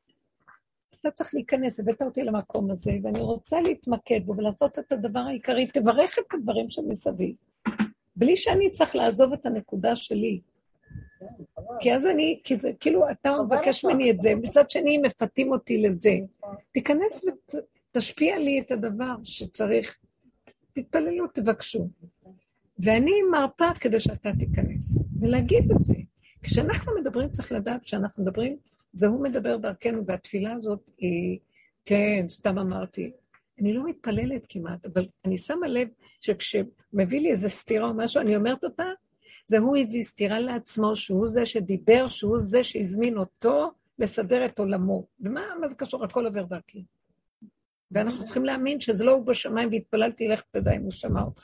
אתה צריך להיכנס, הבאת אותי למקום הזה, ואני רוצה להתמקד בו, ולעשות את הדבר העיקרי, תברך את הדברים שמסביב, בלי שאני צריך לעזוב את הנקודה שלי. כי אז אני, כי זה, כאילו, אתה מבקש ממני את זה, מצד שני מפתים אותי לזה. תיכנס ותשפיע לי את הדבר שצריך, תתפללו, תבקשו. ואני מרפא כדי שאתה תיכנס, ולהגיד את זה. כשאנחנו מדברים, צריך לדעת שאנחנו מדברים, זה הוא מדבר דרכנו, והתפילה הזאת היא, כן, סתם אמרתי, אני לא מתפללת כמעט, אבל אני שמה לב שכשמביא לי איזו סתירה או משהו, אני אומרת אותה, זה הוא הביא סתירה לעצמו, שהוא זה שדיבר, שהוא זה שהזמין אותו לסדר את עולמו. ומה זה קשור? הכל עובר דרכי. ואנחנו צריכים להאמין שזה לא הוא בשמיים, והתפללתי, לך תדע אם הוא שמע אותך.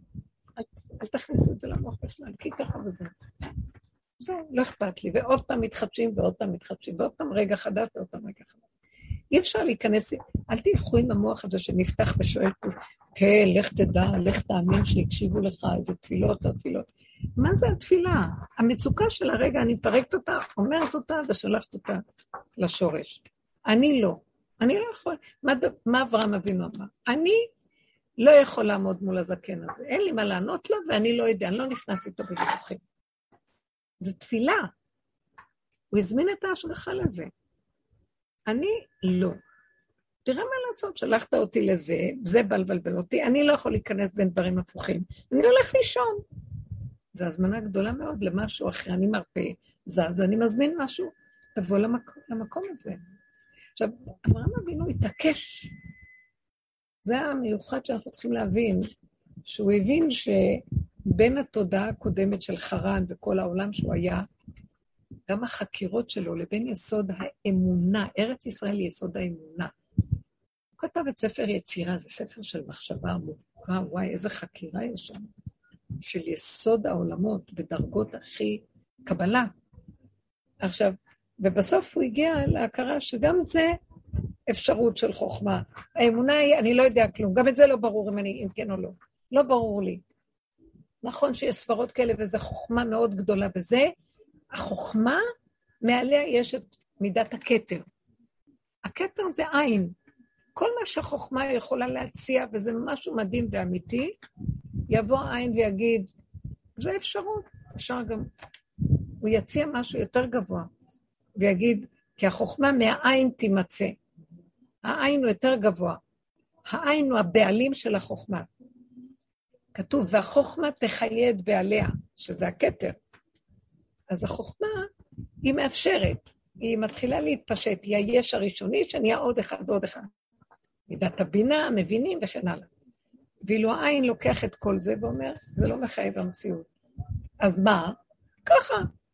אל תכניסו את זה למוח בכלל, כי ככה וזה. זהו, לא אכפת לי. ועוד פעם מתחדשים, ועוד פעם מתחדשים, ועוד פעם רגע חדש, ועוד פעם רגע חדש. אי אפשר להיכנס, אל תלכו עם המוח הזה שנפתח ושואל, כן, לך תדע, לך תאמין שיקשיבו לך, איזה תפילות או תפילות. מה זה התפילה? המצוקה של הרגע, אני מפרקת אותה, אומרת אותה ושלחת אותה לשורש. אני לא יכול. מה אברהם אבינו אמר? אני לא יכול לעמוד מול הזקן הזה. אין לי מה לענות לו, ואני לא יודע, אני לא נכנס איתו בוויכוחים. זו תפילה. הוא הזמין את ההשגחה לזה. אני לא. תראה מה לעשות, שלחת אותי לזה, זה בלבל אותי, אני לא יכול להיכנס בין דברים הפוכים. אני הולך לישון. זו הזמנה גדולה מאוד למשהו אחר, אני מרפא, זז, אני מזמין משהו, תבוא למקום הזה. עכשיו, אברהם אבינו התעקש. זה המיוחד שאנחנו צריכים להבין, שהוא הבין שבין התודעה הקודמת של חרן וכל העולם שהוא היה, גם החקירות שלו לבין יסוד האמונה, ארץ ישראל היא יסוד האמונה. הוא כתב את ספר יצירה, זה ספר של מחשבה עמוקה, וואי, איזה חקירה יש שם. של יסוד העולמות בדרגות הכי קבלה. עכשיו, ובסוף הוא הגיע להכרה שגם זה אפשרות של חוכמה. האמונה היא, אני לא יודע כלום, גם את זה לא ברור אם כן או לא. לא ברור לי. נכון שיש ספרות כאלה וזו חוכמה מאוד גדולה בזה, החוכמה מעליה יש את מידת הכתר. הכתר זה עין. כל מה שהחוכמה יכולה להציע, וזה משהו מדהים ואמיתי, יבוא עין ויגיד, זה אפשרות, אפשר גם, הוא יציע משהו יותר גבוה, ויגיד, כי החוכמה מהעין תימצא, העין הוא יותר גבוה, העין הוא הבעלים של החוכמה, כתוב, והחוכמה תחייד בעליה, שזה הכתר, אז החוכמה היא מאפשרת, היא מתחילה להתפשט, היא היש הראשוני, שנהיה עוד אחד ועוד אחד, מידת הבינה, מבינים וכן הלאה. ואילו העין לוקח את כל זה ואומר, זה לא מחייב המציאות. אז מה? ככה.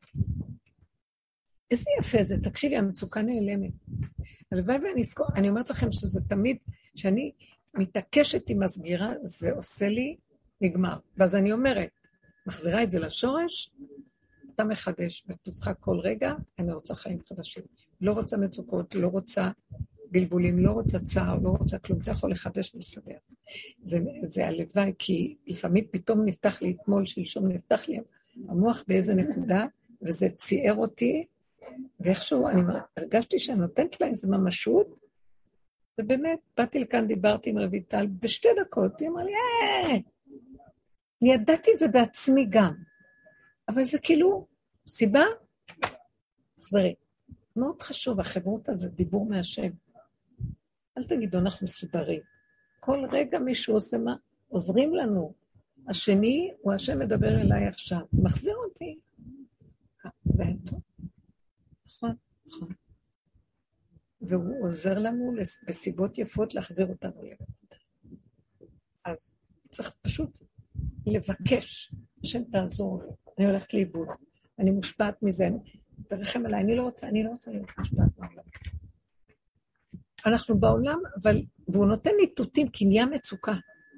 איזה יפה זה, תקשיבי, המצוקה נעלמת. הלוואי ואני אזכור, אני אומרת לכם שזה תמיד, שאני מתעקשת עם הסגירה, זה עושה לי נגמר. ואז אני אומרת, מחזירה את זה לשורש, אתה מחדש בטובך כל רגע, אני רוצה חיים חדשים. לא רוצה מצוקות, לא רוצה בלבולים, לא רוצה צער, לא רוצה כלום, זה יכול לחדש ולסדר. זה הלוואי, כי לפעמים פתאום נפתח לי, אתמול שלשום נפתח לי המוח באיזה נקודה, וזה ציער אותי, ואיכשהו אני הרגשתי שאני נותנת לה איזו ממשות, ובאמת באתי לכאן, דיברתי עם רויטל, בשתי דקות, היא אמרה לי, אני ידעתי את זה בעצמי גם, אבל זה כאילו, סיבה, תחזרי. מאוד חשוב, החברות הזה, דיבור מהשם. אל תגידו, אנחנו מסודרים. כל רגע מישהו עושה מה? עוזרים לנו. השני הוא השם מדבר אליי עכשיו. מחזיר אותי. זה טוב. נכון, נכון. והוא עוזר לנו בסיבות יפות להחזיר אותנו לנקודה. אז צריך פשוט לבקש. השם תעזור לי. אני הולכת לאיבוד. אני מושפעת מזה. תרחם עליי. אני לא רוצה להיות מושפעת מהעולם. אנחנו בעולם, אבל, והוא נותן לי תותים, כי נהיה מצוקה.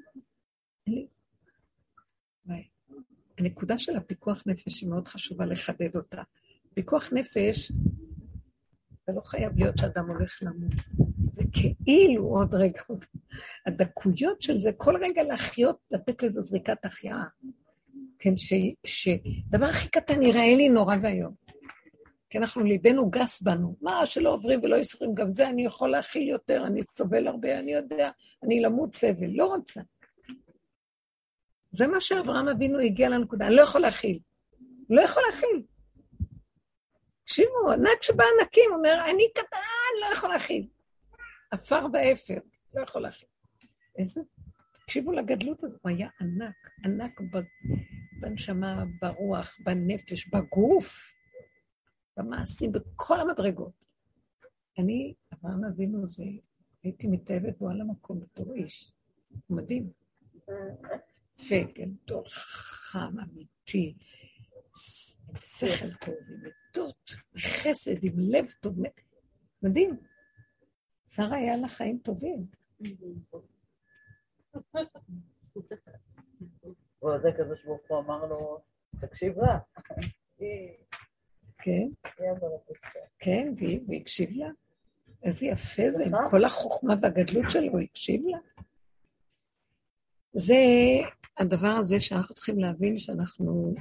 הנקודה של הפיקוח נפש היא מאוד חשובה לחדד אותה. פיקוח נפש, זה לא חייב להיות שאדם הולך למות. זה כאילו עוד רגע. הדקויות של זה, כל רגע להחיות, לתת לזה זריקת החייאה. כן, שדבר הכי קטן נראה לי נורא והיום. כי אנחנו ליבנו גס בנו. מה שלא עוברים ולא יסחרים, גם זה אני יכול להכיל יותר, אני סובל הרבה, אני יודע, אני למות סבל, לא רוצה. זה מה שאברהם אבינו הגיע לנקודה, אני לא יכול להכיל. לא יכול להכיל. תקשיבו, ענק שבא ענקים, הוא אומר, אני קטן, לא יכול להכיל. אפר ואפר, לא יכול להכיל. איזה? תקשיבו לגדלות הזאת, הוא היה ענק, ענק בנשמה, ברוח, בנפש, בגוף, במעשים, בכל המדרגות. אני, אברהם אבינו זה, הייתי מתאהבת בו על המקום בתור איש. הוא מדהים. וגדול, חכם, אמיתי, עם שכל טוב, עם מידות, עם חסד, עם לב טוב. מדהים. שרה היה לה חיים טובים. וזה כזה שבוכו אמר לו, תקשיב לה. כן. כן, והיא הקשיב לה. איזה יפה זה, עם כל החוכמה והגדלות שלו, הוא הקשיב לה. זה הדבר הזה שאנחנו צריכים להבין שאנחנו,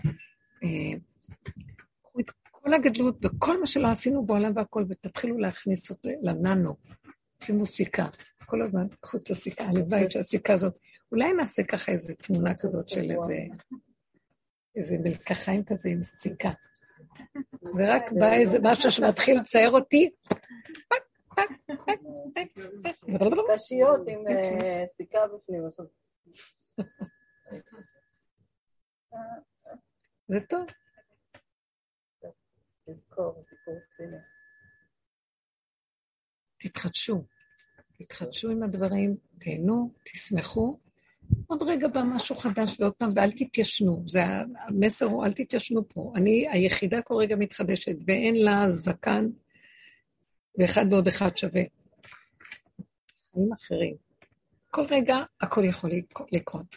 את כל הגדלות וכל מה שלא עשינו בעולם והכל, ותתחילו להכניס אותו לננו, שימו סיכה, כל הזמן קחו את הסיכה, הלוואי שהסיכה הזאת, אולי נעשה ככה איזו תמונה כזאת של איזה מלקחיים כזה עם סיכה. ורק בא איזה משהו שמתחיל לצייר אותי, קשיות עם סיכה בפנים. זה טוב. תתחדשו עם הדברים, תהנו, תשמחו. עוד רגע בא משהו חדש ועוד פעם, ואל תתיישנו. המסר הוא, אל תתיישנו פה. אני היחידה כל רגע מתחדשת, ואין לה זקן, ואחד ועוד אחד שווה. חיים אחרים. כל רגע הכל יכול לקרות.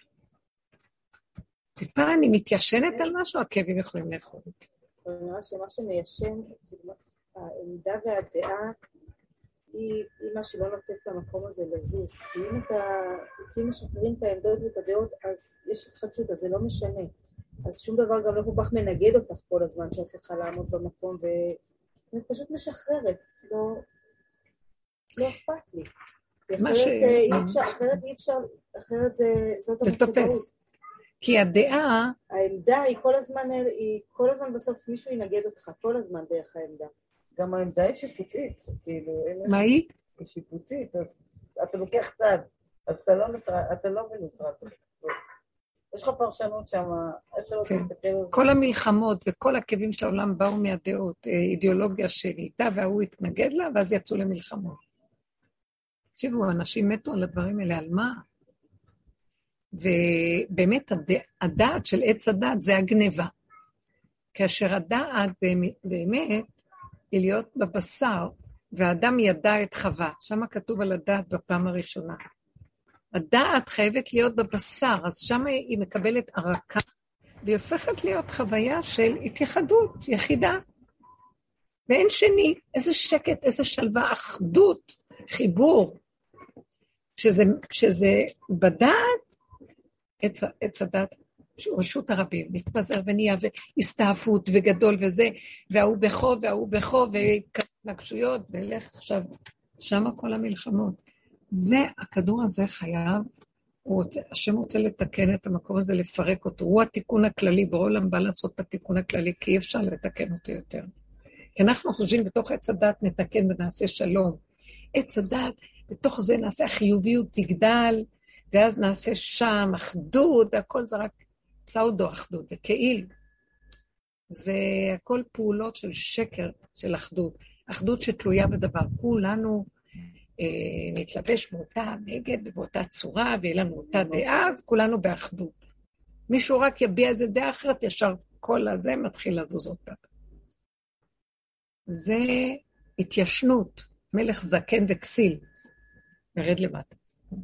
טיפה אני מתיישנת על משהו, הכאבים יכולים לאכול אותי. אני רואה שמה שמיישן, העמדה והדעה, היא מה שלא נותנת למקום הזה לזוז. כי אם משחררים את העמדות ואת הדעות, אז יש התחדשות, אז זה לא משנה. אז שום דבר גם לא כל כך מנגד אותך כל הזמן שאת צריכה לעמוד במקום, ואני פשוט משחררת, לא אכפת לי. אחרת אי אפשר, אחרת זאת המחוברות. כי הדעה... העמדה היא כל הזמן בסוף מישהו ינגד אותך, כל הזמן דרך העמדה. גם העמדה היא שיפוטית, כאילו... מה היא? היא שיפוטית, אז אתה לוקח צד, אז אתה לא מנוטרל. יש לך פרשנות שם, כל המלחמות וכל הכאבים של העולם באו מהדעות, אידיאולוגיה שליטה, והוא התנגד לה, ואז יצאו למלחמות. תקשיבו, אנשים מתו על הדברים האלה, על מה? ובאמת הדעת של עץ הדעת זה הגניבה. כאשר הדעת באמת היא להיות בבשר, והאדם ידע את חווה. שם כתוב על הדעת בפעם הראשונה. הדעת חייבת להיות בבשר, אז שם היא מקבלת ערקה, והיא הופכת להיות חוויה של התייחדות, יחידה. ואין שני, איזה שקט, איזה שלווה, אחדות, חיבור. שזה בדעת, עץ הדת, רשות הרבים, מתפזר ונהיה והסתעפות וגדול וזה, והוא בחוב והוא בחוב, והתנגשויות, ולך עכשיו, שמה כל המלחמות. זה, הכדור הזה חייב, השם רוצה לתקן את המקום הזה, לפרק אותו, הוא התיקון הכללי, בעולם בא לעשות את התיקון הכללי, כי אי אפשר לתקן אותו יותר. כי אנחנו חושבים בתוך עץ הדת נתקן ונעשה שלום. עץ הדת, בתוך זה נעשה החיוביות תגדל, ואז נעשה שם אחדות, הכל זה רק פסאודו אחדות, זה כאילו. זה הכל פעולות של שקר, של אחדות. אחדות שתלויה בדבר. כולנו נתלבש באותה נגד, באותה צורה, ויהיה לנו אותה דעה, אז כולנו באחדות. מישהו רק יביע איזה דעה אחרת, ישר כל הזה מתחיל לזוז אותה. זה התיישנות, מלך זקן וכסיל. ירד למטה.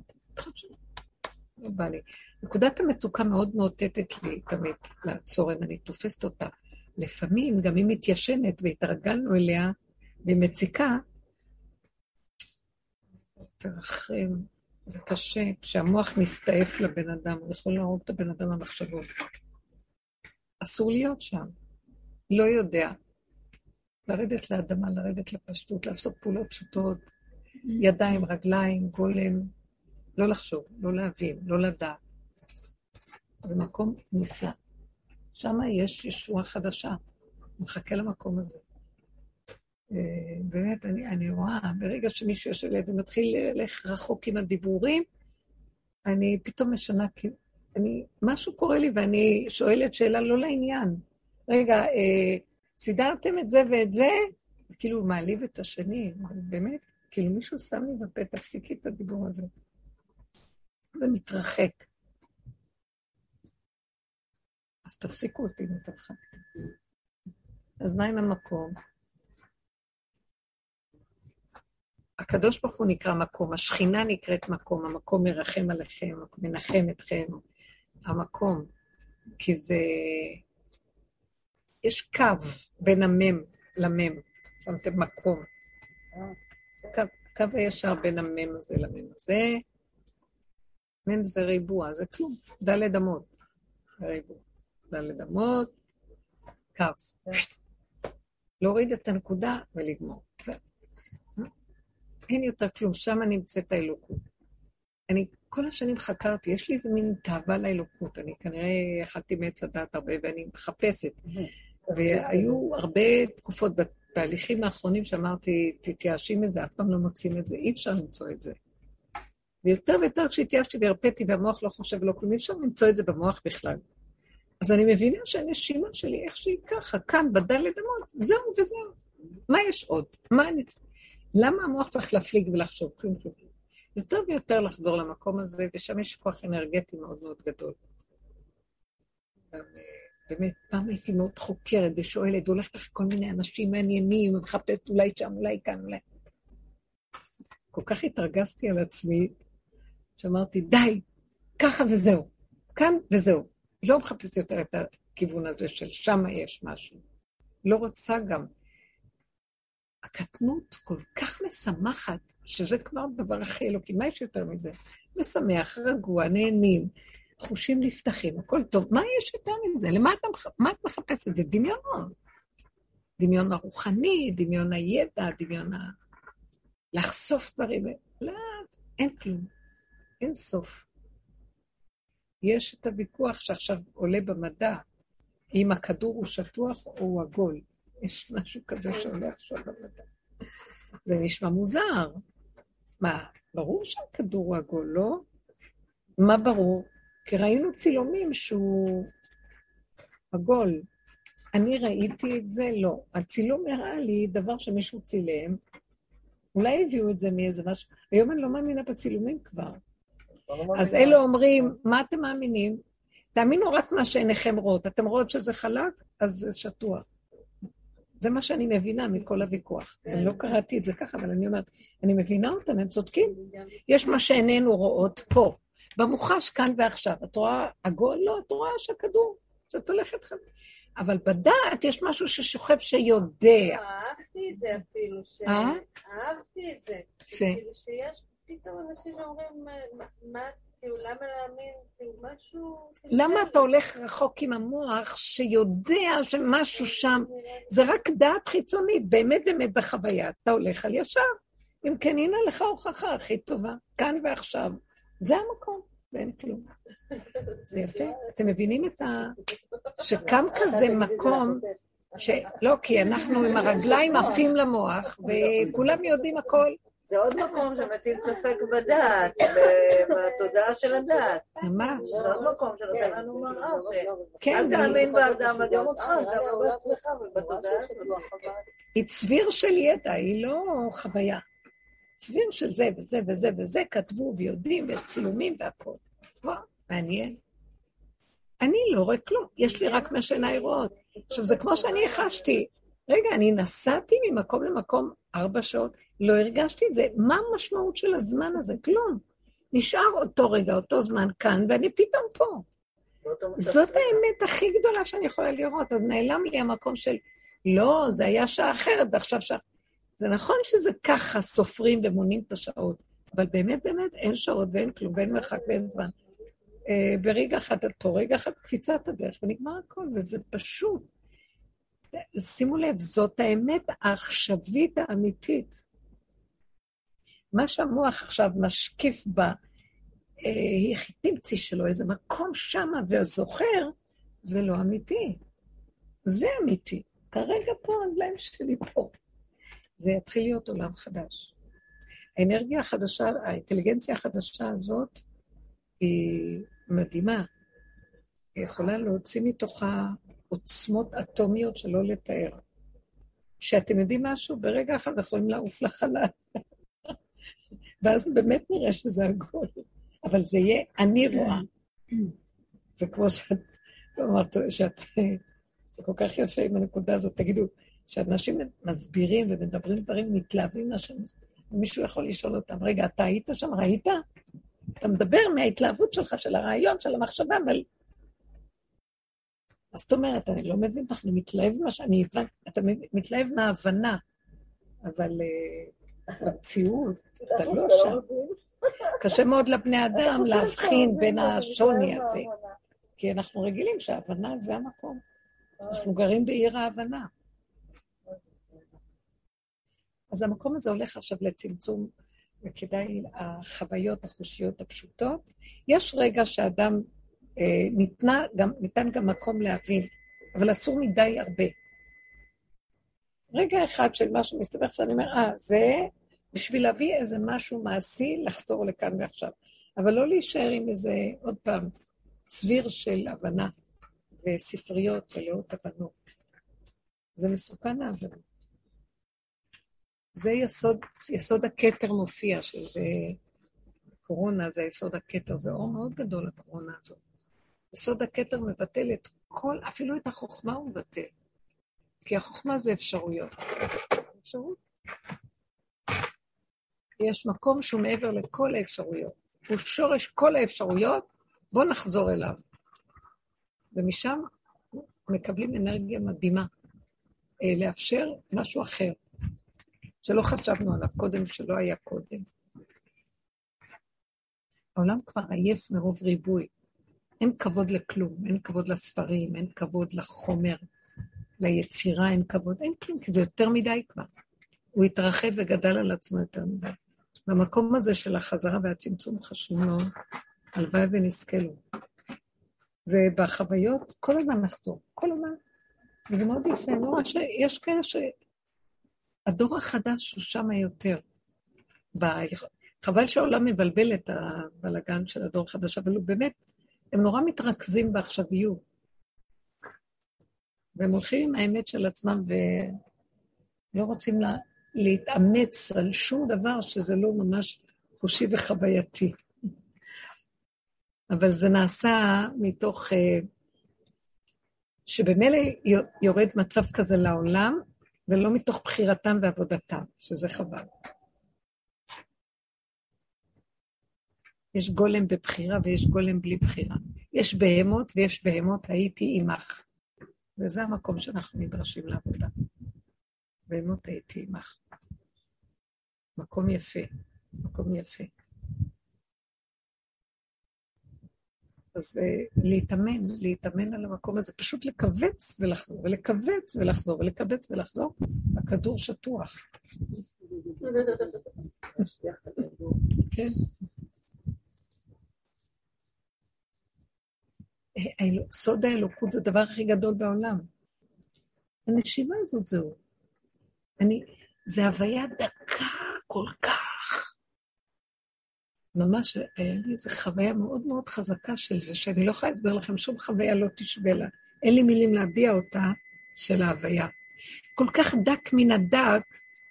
לא בא לי. נקודת המצוקה מאוד מאותתת לי תמיד לעצור, אם אני תופסת אותה. לפעמים גם היא מתיישנת והתרגלנו אליה, והיא מציקה, תרחם, זה קשה, כשהמוח מסתעף לבן אדם, הוא יכול להרוג את הבן אדם המחשבות. אסור להיות שם. לא יודע. לרדת לאדמה, לרדת לפשטות, לעשות פעולות פשוטות, ידיים, רגליים, גולם, לא לחשוב, לא להבין, לא לדעת. זה מקום נפלא. שם יש ישועה חדשה. מחכה למקום הזה. באמת, אני רואה, ברגע שמישהו יושב לידי מתחיל ללך רחוק עם הדיבורים, אני פתאום משנה, משהו קורה לי ואני שואלת שאלה לא לעניין. רגע, סידרתם את זה ואת זה? כאילו מעליב את השני, באמת, כאילו מישהו שם לי בפה, תפסיקי את הדיבור הזה. זה מתרחק. אז תפסיקו אותי מתרחקתי. אז מה עם המקום? הקדוש ברוך הוא נקרא מקום, השכינה נקראת מקום, המקום מרחם עליכם, מנחם אתכם, המקום, כי זה, יש קו בין המם למם, שמתם מקום, קו הישר בין המם הזה למם הזה, מם זה ריבוע, זה כלום, ד' אמות, ריבוע, ד' אמות, קו, להוריד את הנקודה ולגמור, אין יותר כלום, שם נמצאת האלוקות. אני כל השנים חקרתי, יש לי איזה מין תאווה לאלוקות, אני כנראה יכלתי מעץ הדעת הרבה ואני מחפשת. והיו הרבה תקופות בתהליכים האחרונים שאמרתי, תתייאשי מזה, אף פעם לא מוצאים את זה, אי אפשר למצוא את זה. ויותר ויותר כשהתייאשתי והרפאתי והמוח לא חושב לא כלום, אי אפשר למצוא את זה במוח בכלל. אז אני מבינה שהנשימה שלי, איך שהיא ככה, כאן בד' אמות, זהו וזהו. מה יש עוד? מה אני צריך? למה המוח צריך להפליג ולחשוב? כלום. יותר ויותר לחזור למקום הזה, ושם יש כוח אנרגטי מאוד מאוד גדול. גם, באמת, פעם הייתי מאוד חוקרת ושואלת, והולכת אחרי כל מיני אנשים מעניינים, ומחפשת אולי שם, אולי כאן, אולי. כל כך התרגזתי על עצמי, שאמרתי, די, ככה וזהו. כאן וזהו. לא מחפשת יותר את הכיוון הזה של שם יש משהו. לא רוצה גם. הקטנות כל כך משמחת, שזה כבר דבר הכי אלוקי, מה יש יותר מזה? משמח, רגוע, נהנים, חושים נפתחים, הכל טוב. מה יש יותר מזה? מה את מחפשת? זה דמיונות. דמיון הרוחני, דמיון הידע, דמיון לחשוף דברים. לא, אין כלום. אין סוף. יש את הוויכוח שעכשיו עולה במדע, אם הכדור הוא שטוח או הוא עגול. יש משהו כזה שעולה עכשיו במדע. זה נשמע מוזר. מה, ברור שהכדור הוא עגול, לא? מה ברור? כי ראינו צילומים שהוא עגול. אני ראיתי את זה, לא. הצילום הראה לי דבר שמישהו צילם, אולי הביאו את זה מאיזה משהו. היום אני לא מאמינה בצילומים כבר. אז אלו אומרים, מה אתם מאמינים? תאמינו רק מה שעיניכם רואות. אתם רואות שזה חלק, אז זה שטוח. זה מה שאני מבינה מכל הוויכוח. אני לא קראתי את זה ככה, אבל אני אומרת, אני מבינה אותם, הם צודקים. יש מה שעינינו רואות פה, במוחש כאן ועכשיו. את רואה עגול? לא, את רואה שהכדור, שאת הולכת חד. אבל בדעת יש משהו ששוכב שיודע. אהבתי את זה אפילו, אהבתי את זה. כאילו שיש פתאום אנשים אומרים, מה, כאילו, למה להאמין, כאילו, משהו... למה אתה הולך רחוק עם המוח שיודע שמשהו שם, זה רק דעת חיצונית, באמת באמת בחוויה, אתה הולך על ישר. אם כן, הנה לך הוכחה הכי טובה, כאן ועכשיו. זה המקום, ואין כלום. זה יפה. אתם מבינים את שקם כזה מקום, לא, כי אנחנו עם הרגליים עפים למוח, וכולם יודעים הכל. זה עוד מקום שמטיל ספק בדעת, בתודעה של הדעת. ממש. זה עוד מקום שנותן לנו מראה, כן, אל תאמין באדם עד יום אותך, גם בעצמך ובתודעה שלו. היא צביר של ידע, היא לא חוויה. צביר של זה וזה וזה וזה, כתבו ויודעים, ויש צילומים והכל. וואו, מעניין. אני לא רואה כלום, יש לי רק מה שעיניי רואות. עכשיו, זה כמו שאני חשתי. רגע, אני נסעתי ממקום למקום 4 שעות, לא הרגשתי את זה. מה המשמעות של הזמן הזה? כלום. נשאר אותו רגע, אותו זמן כאן, ואני פתאום פה. זאת האמת הכי גדולה שאני יכולה לראות. אז נעלם לי המקום של, לא, זה היה שעה אחרת, ועכשיו שעה. זה נכון שזה ככה, סופרים ומונים את השעות, אבל באמת באמת אין שעות ואין כלום, ואין מרחק ואין זמן. ברגע אחד פה, רגע אחד קפיצת הדרך, ונגמר הכל, וזה פשוט. שימו לב, זאת האמת העכשווית האמיתית. מה שהמוח עכשיו משקיף ביחיטימצי שלו, איזה מקום שמה וזוכר, זה לא אמיתי. זה אמיתי. כרגע פה, הרגליים שלי פה. זה יתחיל להיות עולם חדש. האנרגיה החדשה, האינטליגנציה החדשה הזאת, היא מדהימה. היא יכולה להוציא מתוכה עוצמות אטומיות שלא לתאר. שאתם יודעים משהו, ברגע אחד יכולים לעוף לחלל. ואז באמת נראה שזה הכל. אבל זה יהיה, אני רואה. זה כמו שאת אמרת, זה כל כך יפה עם הנקודה הזאת. תגידו, שאנשים מסבירים ומדברים דברים, מתלהבים משהו, ומישהו יכול לשאול אותם, רגע, אתה היית שם? ראית? אתה מדבר מההתלהבות שלך, של הרעיון, של המחשבה, אבל... אז זאת אומרת, אני לא מבין, אני מתלהב מה שאני הבנתי, אתה מתלהב מההבנה, אבל בציאות, אתה לא שם. קשה מאוד לבני אדם להבחין בין השוני הזה, כי אנחנו רגילים שההבנה זה המקום. אנחנו גרים בעיר ההבנה. אז המקום הזה הולך עכשיו לצמצום, וכדאי החוויות החושיות הפשוטות. יש רגע שאדם ניתן גם מקום להבין, אבל אסור מדי הרבה. רגע אחד של משהו מסתבר, אני אומר, זה בשביל להביא איזה משהו מעשי, לחזור לכאן ועכשיו. אבל לא להישאר עם איזה, עוד פעם, צביר של הבנה, וספריות ולאות הבנות. זה מסוכן ההבנה. זה יסוד הכתר מופיע, שזה קורונה, זה יסוד הכתר, זה אור מאוד גדול הקורונה הזאת. יסוד הכתר מבטל את כל, אפילו את החוכמה הוא מבטל. כי החוכמה זה אפשרויות. אפשרות. יש מקום שהוא מעבר לכל האפשרויות. הוא שורש כל האפשרויות, בוא נחזור אליו. ומשם מקבלים אנרגיה מדהימה. לאפשר משהו אחר. שלא חשבנו עליו קודם, שלא היה קודם. העולם כבר עייף מרוב ריבוי. אין כבוד לכלום, אין כבוד לספרים, אין כבוד לחומר, ליצירה, אין כבוד, אין כלום, כי זה יותר מדי כבר. הוא התרחב וגדל על עצמו יותר מדי. במקום הזה של החזרה והצמצום חשוב מאוד, הלוואי ונזכה לו. ובחוויות, כל הזמן נחזור, כל הזמן. וזה מאוד יפה, אני רואה שיש כאלה שהדור החדש הוא שם יותר. חבל שהעולם מבלבל את הבלגן של הדור החדש, אבל הוא באמת, הם נורא מתרכזים בעכשוויות. והם הולכים עם האמת של עצמם ולא רוצים להתאמץ על שום דבר שזה לא ממש חושי וחווייתי. אבל זה נעשה מתוך שבמילא יורד מצב כזה לעולם, ולא מתוך בחירתם ועבודתם, שזה חבל. יש גולם בבחירה ויש גולם בלי בחירה. יש בהמות ויש בהמות, הייתי עמך. וזה המקום שאנחנו נדרשים לעבודה. בהמות הייתי עמך. מקום יפה, מקום יפה. אז להתאמן על המקום הזה, פשוט לקבץ ולחזור, ולקבץ ולחזור, ולקבץ ולחזור, הכדור שטוח. כן. סוד האלוקות זה הדבר הכי גדול בעולם. הנשימה הזאת זהו. זה הוויה דקה כל כך. ממש, היה לי איזו חוויה מאוד מאוד חזקה של זה, שאני לא יכולה להסביר לכם, שום חוויה לא תשווה לה. אין לי מילים להביע אותה של ההוויה. כל כך דק מן הדק,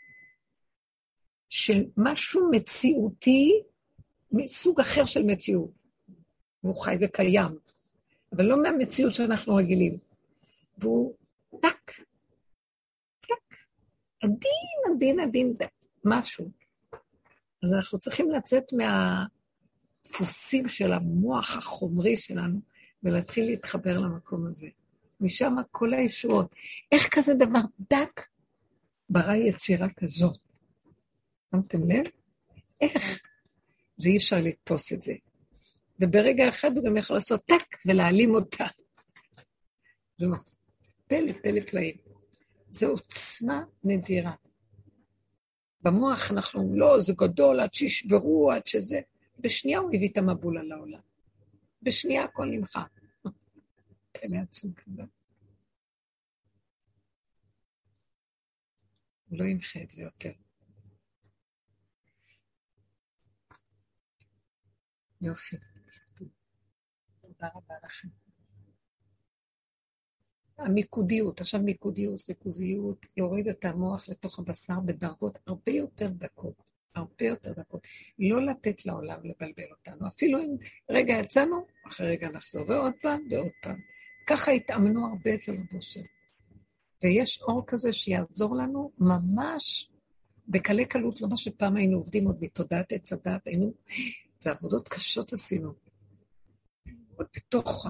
של משהו מציאותי, מסוג אחר של מציאות. הוא חי וקיים. אבל לא מהמציאות שאנחנו רגילים. והוא דק. דק. עדין, משהו. אז אנחנו צריכים לצאת מהדפוסים של המוח החומרי שלנו, ולהתחיל להתחבר למקום הזה. משם כל הישועות. איך כזה דבר דק ברא יצירה כזאת? שמתם לב? איך? זה אי אפשר לתפוס את זה. וברגע אחד הוא גם יכול לעשות טק ולהעלים אותה. זהו, פלא פלאים. זו עוצמה נדירה. במוח אנחנו, לא, זה גדול, עד שישברו, עד שזה... בשנייה הוא הביא את המבול על העולם. בשנייה הכל נמחה. פלא עצום כזה. הוא לא ימחה את זה יותר. יופי. תודה רבה לכם. המיקודיות, עכשיו מיקודיות, ריכוזיות, להוריד את המוח לתוך הבשר בדרגות הרבה יותר דקות, הרבה יותר דקות. לא לתת לעולם לבלבל אותנו. אפילו אם רגע יצאנו, אחרי רגע נחזור, ועוד פעם ועוד פעם. ככה התאמנו הרבה אצל הבושר. ויש אור כזה שיעזור לנו ממש בקלי קלות, לא מה שפעם היינו עובדים עוד מתודעת עץ הדעת, היינו, זה עבודות קשות עשינו. עוד בתוך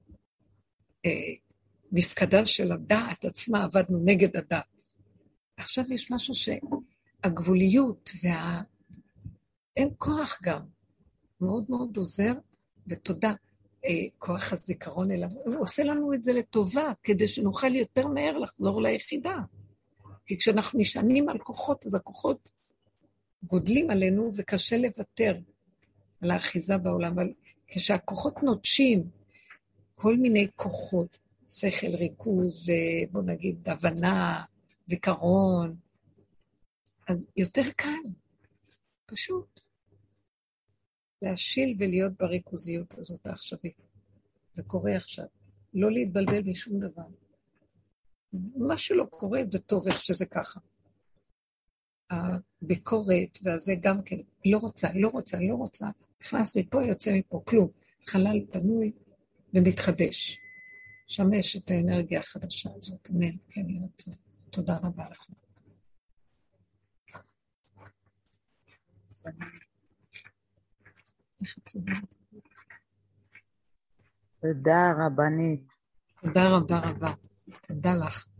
המפקדה של הדעת עצמה, עבדנו נגד הדעת. עכשיו יש משהו שהגבוליות אין כוח גם, מאוד מאוד עוזר, ותודה, כוח הזיכרון אליו, הוא עושה לנו את זה לטובה, כדי שנוכל יותר מהר לחזור ליחידה. כי כשאנחנו נשענים על כוחות, אז הכוחות גודלים עלינו, וקשה לוותר על האחיזה בעולם. אבל כשהכוחות נוטשים, כל מיני כוחות, שכל, ריכוז, בוא נגיד, הבנה, זיכרון, אז יותר קל, פשוט, להשיל ולהיות בריכוזיות הזאת העכשווית. זה קורה עכשיו. לא להתבלבל משום דבר. מה שלא קורה זה טוב איך שזה ככה. הביקורת והזה גם כן, לא רוצה. נכנס מפה, יוצא מפה, כלום. חלל פנוי ומתחדש. שם יש את האנרגיה החדשה הזאת. אמן, כן, יוצא. תודה רבה לכם. תודה רבנית. תודה רבה. תודה לך.